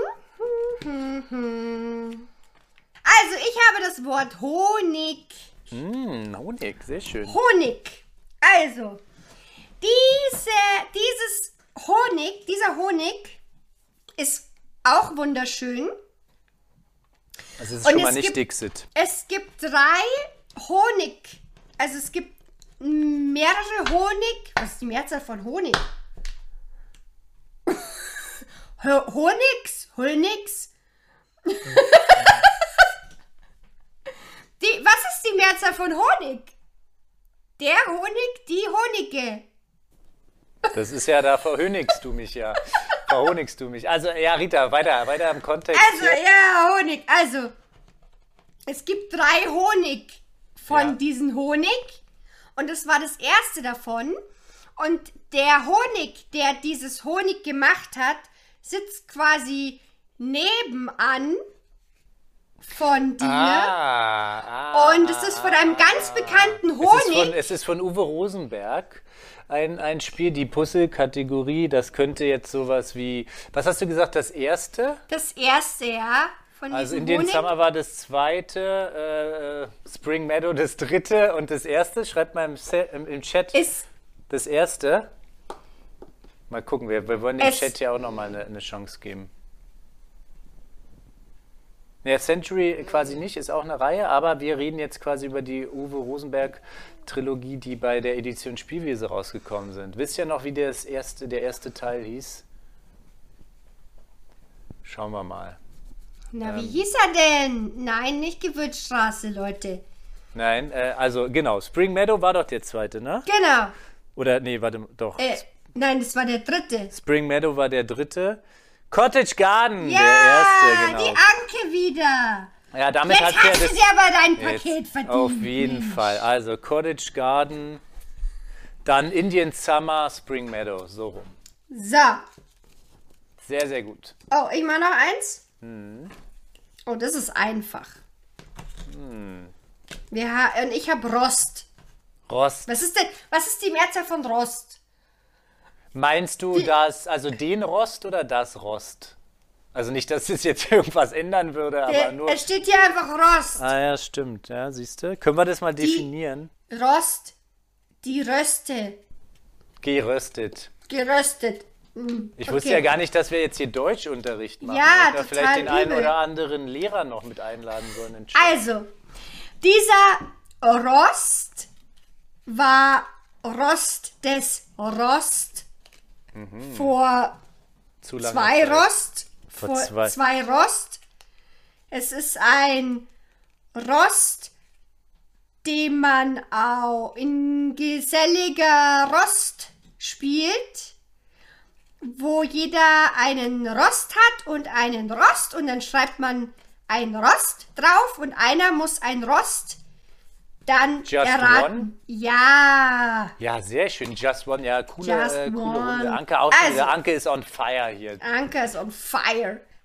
Also, ich habe das Wort Honig. Honig, sehr schön. Honig. Also, dieser Honig ist auch wunderschön. Also es ist Und schon mal es nicht gibt- Dixit. Es gibt 3 Honig. Also es gibt mehrere Honig. Was ist die Mehrzahl von Honig? Honigs? Was ist die Mehrzahl von Honig? Der Honig, die Honige. Das ist ja, da verhönigst du mich ja. Verhonigst du mich. Also, ja, Rita, weiter im Kontext. Also, hier. ja, Honig. Also, es gibt 3 Honig von diesen Honig. Und das war das erste davon. Und der Honig, der dieses Honig gemacht hat, sitzt quasi nebenan von dir. Und es ist von einem ganz bekannten Honig. Es ist von Uwe Rosenberg. Ein Spiel, die Puzzle-Kategorie, das könnte jetzt sowas wie, was hast du gesagt, das erste? Das erste, ja. Von Also diesem Indian Honig. Summer war das zweite, Spring Meadow das dritte und das erste, schreibt mal im Chat Ist das erste. Mal gucken, wir wollen dem Es- Chat ja auch nochmal eine Chance geben. Ja, Century quasi nicht, ist auch eine Reihe, aber wir reden jetzt quasi über die Uwe Rosenberg-Trilogie, die bei der Edition Spielwiese rausgekommen sind. Wisst ihr noch, wie der erste Teil hieß? Schauen wir mal. Na, wie hieß er denn? Nein, nicht Gewürzstraße, Leute. Nein, also genau, Spring Meadow war doch der zweite, ne? Genau. Oder, nee, warte, doch. Nein, das war der dritte. Spring Meadow war der dritte. Cottage Garden, Ja, der erste, genau. die Anke wieder. Ja, damit Jetzt hat hast du dir aber dein Jetzt Paket verdient. auf jeden Fall. Also Cottage Garden, dann Indian Summer, Spring Meadow, so rum. So. Sehr, sehr gut. Oh, ich mach noch eins. Oh, das ist einfach. Und ich habe Rost. Rost. Was ist die Mehrzahl von Rost? Meinst du also den Rost oder das Rost? Also nicht, dass es jetzt irgendwas ändern würde, aber nur... Es steht hier einfach Rost. Ah ja, stimmt. Ja, siehst du? Können wir das mal definieren? Rost. Die Röste. Geröstet. Geröstet. Ich wusste ja gar nicht, dass wir jetzt hier Deutschunterricht machen. Ja, Oder total vielleicht den einen übel. oder anderen Lehrer noch mit einladen sollen. in den Chat. Also, dieser Rost war Rost des Rost vor Zu lange 2 Zeit. Rost. Vor Vor zwei. 2 Rost. Es ist ein Rost, den man auch in geselliger Rost spielt, wo jeder einen Rost hat und einen Rost und dann schreibt man ein Rost drauf und einer muss ein Rost dann Just erraten. one? Ja, Ja, sehr schön. Just One, ja, coole Just Runde. one. Anke auch schon Also- wieder. Anke ist on fire hier. Anke ist on fire.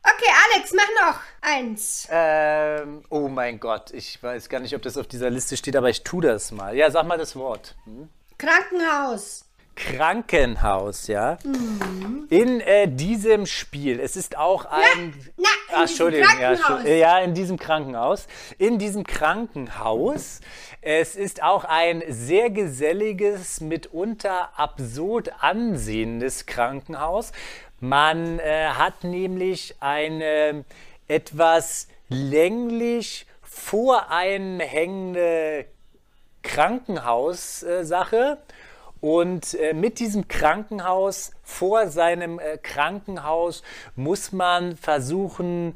Okay, Alex, mach noch eins. Oh mein Gott, ich weiß gar nicht, ob das auf dieser Liste steht, aber ich tue das mal. Ja, sag mal das Wort. Krankenhaus. Krankenhaus, ja. In diesem Spiel, es ist auch ein... Entschuldigung, ja, in diesem Krankenhaus. In diesem Krankenhaus, es ist auch ein sehr geselliges, mitunter absurd ansehendes Krankenhaus. Man hat nämlich eine etwas länglich vor einem hängende Krankenhaussache. Und mit diesem Krankenhaus, vor seinem Krankenhaus, muss man versuchen,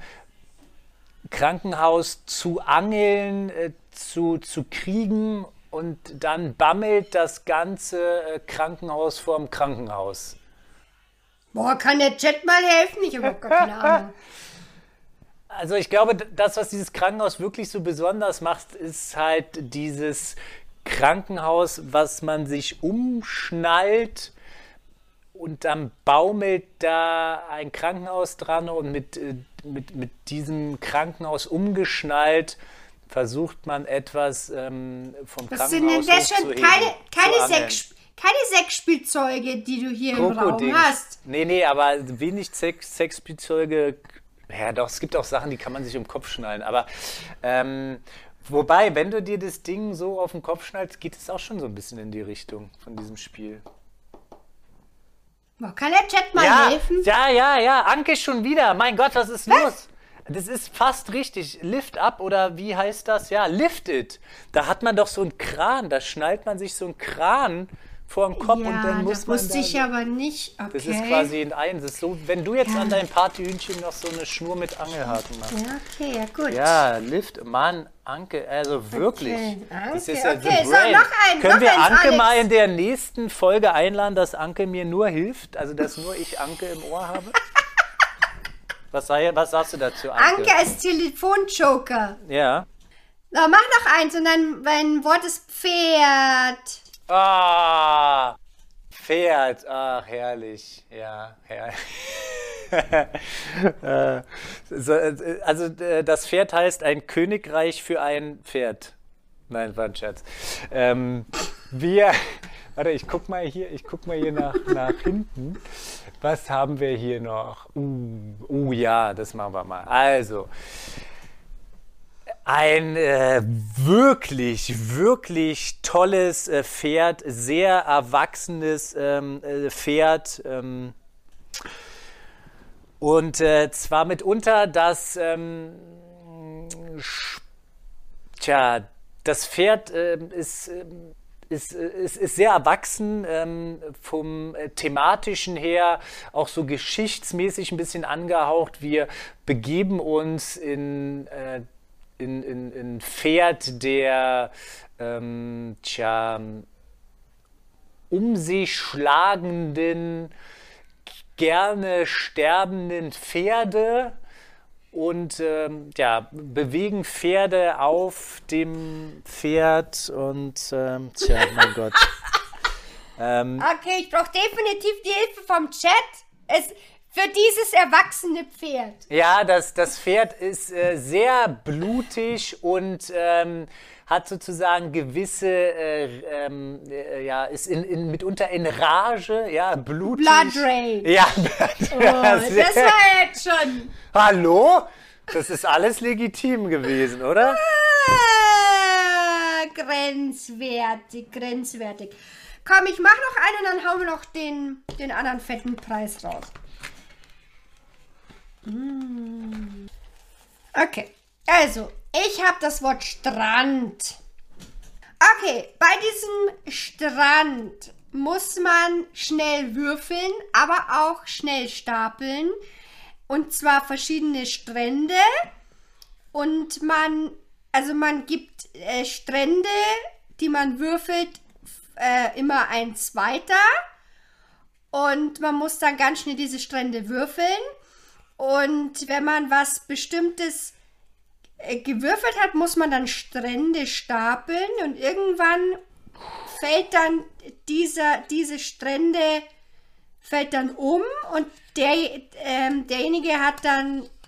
Krankenhaus zu angeln, zu kriegen, und dann bammelt das ganze Krankenhaus vorm Krankenhaus. Boah, kann der Chat mal helfen? Ich habe gar keine Ahnung. Also ich glaube, das, was dieses Krankenhaus wirklich so besonders macht, ist halt dieses Krankenhaus, was man sich umschnallt, und dann baumelt da ein Krankenhaus dran, und mit diesem Krankenhaus umgeschnallt versucht man etwas vom Das sind Krankenhaus denn das schon hochzuheben, zu angeln. keine Sexspielzeuge, die du hier im Raum Krokodil. hast. Nee, aber wenig Sexspielzeuge. Ja, doch, es gibt auch Sachen, die kann man sich um den Kopf schnallen. Aber wobei, wenn du dir das Ding so auf den Kopf schnallst, geht es auch schon so ein bisschen in die Richtung von diesem Spiel. Boah, kann der Chat mal helfen? Ja. Anke schon wieder. Mein Gott, was ist los? Das ist fast richtig. Lift up, oder wie heißt das? Ja, Lift it. Da hat man doch so einen Kran. Da schnallt man sich so einen Kran vor dem Kopf, und dann muss das man wusste ich aber nicht. Okay. Das ist quasi in eins. Das ist so, wenn du jetzt an deinem Partyhühnchen noch so eine Schnur mit Angelhaken machst. Ja, okay, ja gut. Ja, Lift, Mann, Anke, also wirklich. Okay, Das Anke, ist ja okay, the so, brain. noch Können wir eins, Anke Alex. mal in der nächsten Folge einladen, dass Anke mir nur hilft? Also, dass nur ich Anke im Ohr habe? Was sagst du dazu, Anke? Anke als Telefonjoker. Ja. So, mach noch eins und dann mein Wort ist Pferd. Ah, Pferd. Ach, herrlich. Ja, herrlich. Das Pferd heißt ein Königreich für ein Pferd. Nein, war ein Scherz. Warte, ich guck mal hier nach hinten. Was haben wir hier noch? Ja, das machen wir mal. Also, ein wirklich, wirklich tolles Pferd, sehr erwachsenes Pferd. Und zwar mitunter das, das Pferd ist sehr erwachsen, vom thematischen her, auch so geschichtsmäßig ein bisschen angehaucht. Wir begeben uns in Pferd der um sich schlagenden, gerne sterbenden Pferde, und bewegen Pferde auf dem Pferd, und mein Gott. Okay, ich brauche definitiv die Hilfe vom Chat. Für dieses erwachsene Pferd. Ja, das Pferd ist sehr blutig und hat sozusagen gewisse, ist mitunter in Rage, ja, blutig. Blood Rage. Ja, Das war jetzt schon. Hallo? Das ist alles legitim gewesen, oder? Grenzwertig. Komm, ich mach noch einen und dann hauen wir noch den anderen fetten Preis raus. Okay, also, ich habe das Wort Strand. Okay, bei diesem Strand muss man schnell würfeln, aber auch schnell stapeln. Und zwar verschiedene Strände. Und man gibt Strände, die man würfelt, immer eins weiter. Und man muss dann ganz schnell diese Strände würfeln. Und wenn man was Bestimmtes gewürfelt hat, muss man dann Strände stapeln. Und irgendwann fällt dann diese Strände fällt dann um. Und derjenige hat dann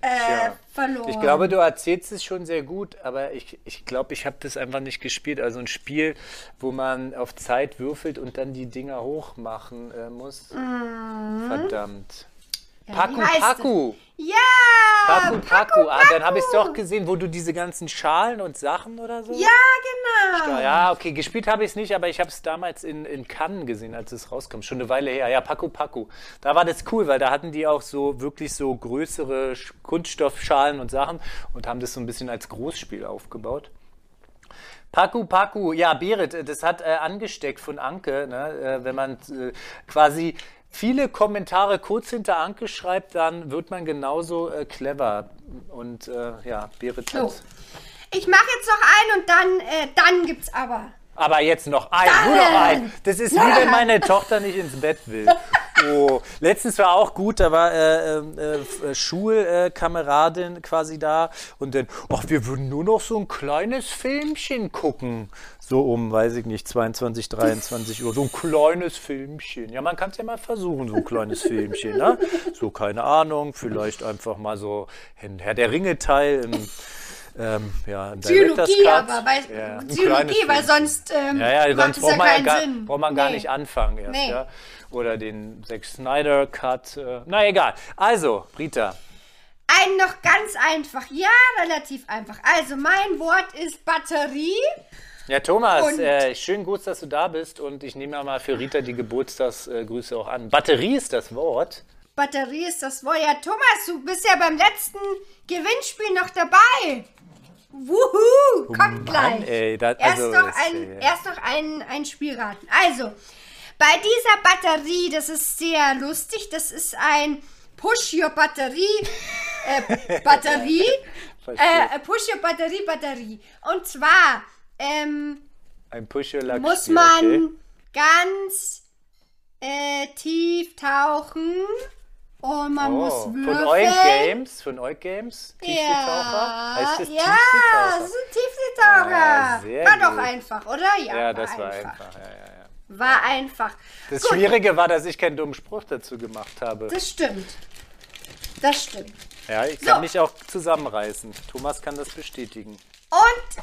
verloren. Ich glaube, du erzählst es schon sehr gut, aber ich glaube, ich habe das einfach nicht gespielt. Also ein Spiel, wo man auf Zeit würfelt und dann die Dinger hochmachen muss. Verdammt. Ja, Paku wie heißt Paku. Ja! Paku Paku. Ah, dann habe ich es doch gesehen, wo du diese ganzen Schalen und Sachen oder so. Ja, genau. Ja, okay, gespielt habe ich es nicht, aber ich habe es damals in Cannes gesehen, als es rauskam. Schon eine Weile her. Ja, Paku Paku. Da war das cool, weil da hatten die auch so wirklich so größere Kunststoffschalen und Sachen und haben das so ein bisschen als Großspiel aufgebaut. Paku Paku, ja, Berit, das hat angesteckt von Anke, ne? Wenn man quasi viele Kommentare kurz hinter Anke schreibt, dann wird man genauso clever. Und ja, Berit hat... So. Ich mache jetzt noch einen und dann gibt's aber. Aber jetzt noch ein, nur noch ein. Das ist wie wenn meine Tochter nicht ins Bett will. Oh, letztens war auch gut, da war Schulkameradin quasi da und dann, ach, wir würden nur noch so ein kleines Filmchen gucken. So um, weiß ich nicht, 22, 23 Uhr. So ein kleines Filmchen. Ja, man kann es ja mal versuchen, so ein kleines Filmchen. Ne? So, keine Ahnung, vielleicht einfach mal so ein Herr der Ringe-Teil im ja, Psychologie, aber Psychologie, weil sonst macht es ja keinen Sinn. Braucht man gar nicht anfangen erst, Nee. ja. Oder den Zack Snyder Cut. Na egal. Also, Rita. Ein noch ganz einfach. Ja, relativ einfach. Also, mein Wort ist Batterie. Ja, Thomas, Und- schönen Gruß, dass du da bist und ich nehme mal für Rita die Geburtstagsgrüße auch an. Batterie ist das Wort. Batterie ist das Wort. Ja, Thomas, du bist ja beim letzten Gewinnspiel noch dabei. Wuhu, kommt Mann, gleich. ey, Erst noch ein Spielraten. Also, bei dieser Batterie, das ist sehr lustig, das ist ein Push-Your-Batterie. Push-Your-Batterie. Und zwar Ein Push-Your-Luck muss Spiel, man okay? ganz tief tauchen und man muss würfeln. Von Oink Games? Ja, Tiefseetaucher? Heißt das ja, Tiefseetaucher? das ist ein Tiefseetaucher. Ah, sehr war doch gut. einfach, oder? Ja, das war einfach. Ja. War einfach. Das Gut, Schwierige war, dass ich keinen dummen Spruch dazu gemacht habe. das stimmt. Das stimmt. Ja, ich kann So. mich auch zusammenreißen. Thomas kann das bestätigen. Und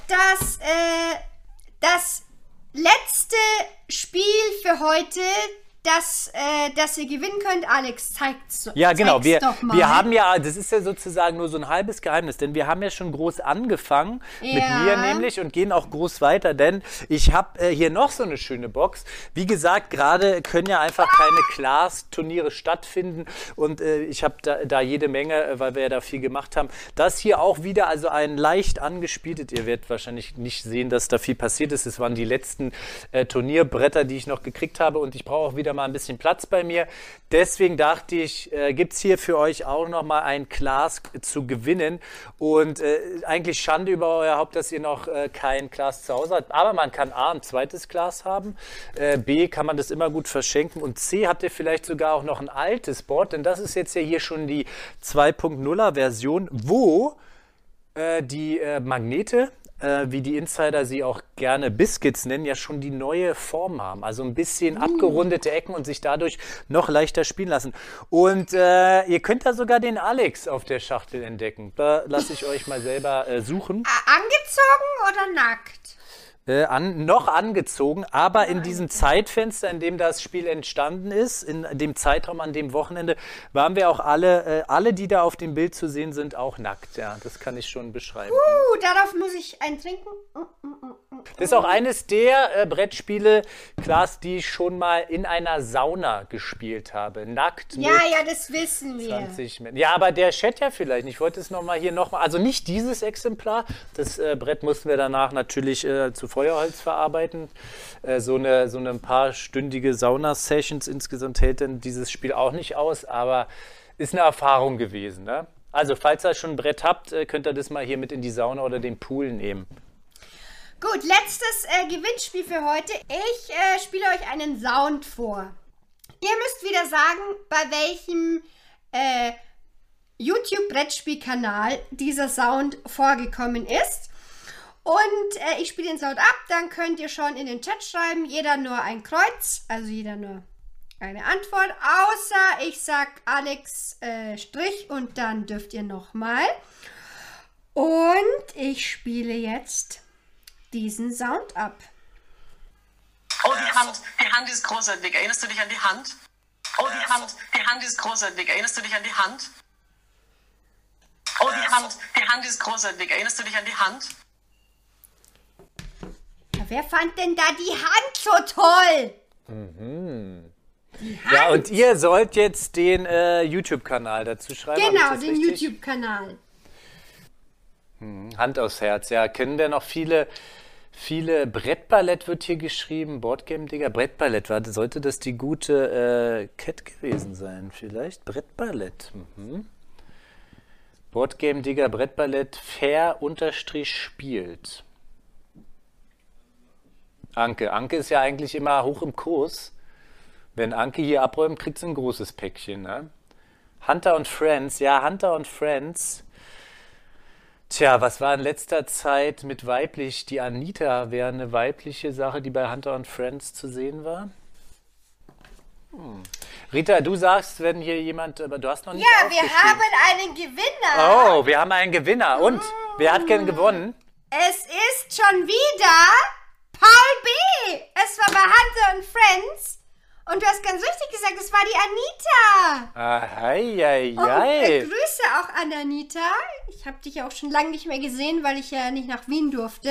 das letzte Spiel für heute, das ihr gewinnen könnt, Alex, zeigt's Ja, genau. zeig's doch mal. Wir haben ja, das ist ja sozusagen nur so ein halbes Geheimnis, denn wir haben ja schon groß angefangen mit Ja. mir nämlich und gehen auch groß weiter, denn ich habe hier noch so eine schöne Box. Wie gesagt, gerade können ja einfach keine Class-Turniere stattfinden und ich habe da jede Menge, weil wir ja da viel gemacht haben. Das hier auch wieder, also ein leicht angespieltes, ihr werdet wahrscheinlich nicht sehen, dass da viel passiert ist. Es waren die letzten Turnierbretter, die ich noch gekriegt habe und ich brauche auch wieder mal ein bisschen Platz bei mir. Deswegen dachte ich, gibt es hier für euch auch noch mal ein Glas zu gewinnen. Und eigentlich Schande über euer Haupt, dass ihr noch kein Glas zu Hause habt. Aber man kann A, ein zweites Glas haben. B, kann man das immer gut verschenken. Und C, habt ihr vielleicht sogar auch noch ein altes Board. Denn das ist jetzt ja hier schon die 2.0er Version, wo die Magnete, wie die Insider sie auch gerne Biscuits nennen, ja schon die neue Form haben. Also ein bisschen abgerundete Ecken und sich dadurch noch leichter spielen lassen. Und ihr könnt da sogar den Alex auf der Schachtel entdecken. Da lasse ich euch mal selber suchen. Angezogen oder nackt? Noch angezogen, aber in diesem Zeitfenster, in dem das Spiel entstanden ist, in dem Zeitraum an dem Wochenende, waren wir auch alle, die da auf dem Bild zu sehen sind, auch nackt. Ja, das kann ich schon beschreiben. Darauf muss ich einen trinken. Das ist auch eines der Brettspiele, Klaas, die ich schon mal in einer Sauna gespielt habe. Nackt mit Ja, das wissen wir. 20 Menschen. Ja, aber der Chat ja vielleicht. Ich wollte es nochmal, also nicht dieses Exemplar. Das Brett mussten wir danach natürlich zu Feuerholz verarbeiten. So eine paarstündige Sauna-Sessions insgesamt hält dann dieses Spiel auch nicht aus, aber ist eine Erfahrung gewesen. Ne? Also, falls ihr schon ein Brett habt, könnt ihr das mal hier mit in die Sauna oder den Pool nehmen. Gut, letztes Gewinnspiel für heute. Ich spiele euch einen Sound vor. Ihr müsst wieder sagen, bei welchem YouTube-Brettspielkanal dieser Sound vorgekommen ist. Und ich spiele den Sound ab, dann könnt ihr schon in den Chat schreiben, jeder nur ein Kreuz, also jeder nur Keine Antwort, außer ich sag Alex Strich und dann dürft ihr nochmal. Und ich spiele jetzt diesen Sound ab. Oh, die Hand ist großartig. Erinnerst du dich an die Hand? Oh, die Hand ist großartig. Erinnerst du dich an die Hand? Oh, die Hand ist großartig. Erinnerst du dich an die Hand? Ja, wer fand denn da die Hand so toll? Ja, und ihr sollt jetzt den YouTube-Kanal dazu schreiben. Genau, den YouTube-Kanal. Hand aufs Herz, ja. Kennen wir noch viele Brettballett wird hier geschrieben. Boardgame Digger, Brettballett. Warte, sollte das die gute Cat gewesen sein? Vielleicht? Brettballett. Boardgame Digger, Brettballett, fair_spielt. Anke. Anke ist ja eigentlich immer hoch im Kurs. Wenn Anke hier abräumt, kriegt sie ein großes Päckchen, ne? Hunter und Friends. Ja, Hunter und Friends. Tja, was war in letzter Zeit mit weiblich? Die Anita wäre eine weibliche Sache, die bei Hunter und Friends zu sehen war. Rita, du sagst, wenn hier jemand, aber du hast noch nicht aufgeschrieben. Wir haben einen Gewinner. Oh, wir haben einen Gewinner. Und? Wer hat denn gewonnen? Es ist schon wieder Paul B. Es war bei Hunter und Friends. Und du hast ganz richtig gesagt, es war die Anita. Und Grüße auch an Anita. Ich habe dich ja auch schon lange nicht mehr gesehen, weil ich ja nicht nach Wien durfte.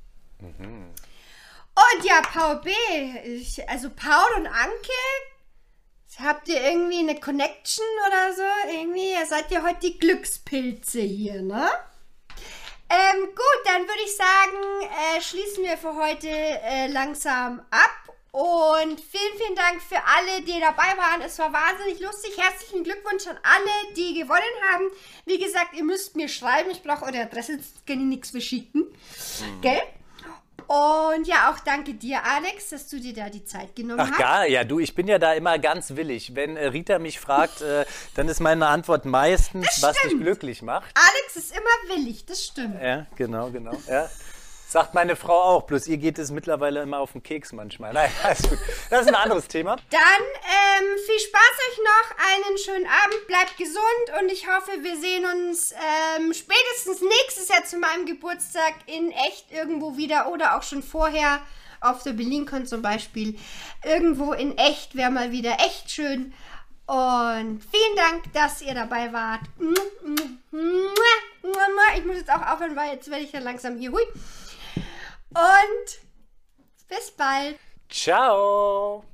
Und ja, Paul B. Also Paul und Anke, habt ihr irgendwie eine Connection oder so? Irgendwie, ihr seid ja heute die Glückspilze hier, ne? Gut, dann würde ich sagen, schließen wir für heute langsam ab. Und vielen, vielen Dank für alle, die dabei waren. Es war wahnsinnig lustig. Herzlichen Glückwunsch an alle, die gewonnen haben. Wie gesagt, ihr müsst mir schreiben. Ich brauche eure Adresse, sonst kann ich nichts verschicken. Gell? Und ja, auch danke dir, Alex, dass du dir da die Zeit genommen hast. Ach gar, ja, du, ich bin ja da immer ganz willig. Wenn Rita mich fragt, dann ist meine Antwort meistens, was dich glücklich macht. Alex ist immer willig, das stimmt. Ja, genau. Ja. Sagt meine Frau auch, bloß ihr geht es mittlerweile immer auf den Keks manchmal. Nein, alles gut. Das ist ein anderes Thema. Dann viel Spaß euch noch, einen schönen Abend, bleibt gesund und ich hoffe, wir sehen uns spätestens nächstes Jahr zu meinem Geburtstag in echt irgendwo wieder oder auch schon vorher auf der BerlinCon zum Beispiel. Irgendwo in echt wäre mal wieder echt schön. Und vielen Dank, dass ihr dabei wart. Ich muss jetzt auch aufhören, weil jetzt werde ich dann langsam hier ruhig. Und bis bald. Ciao.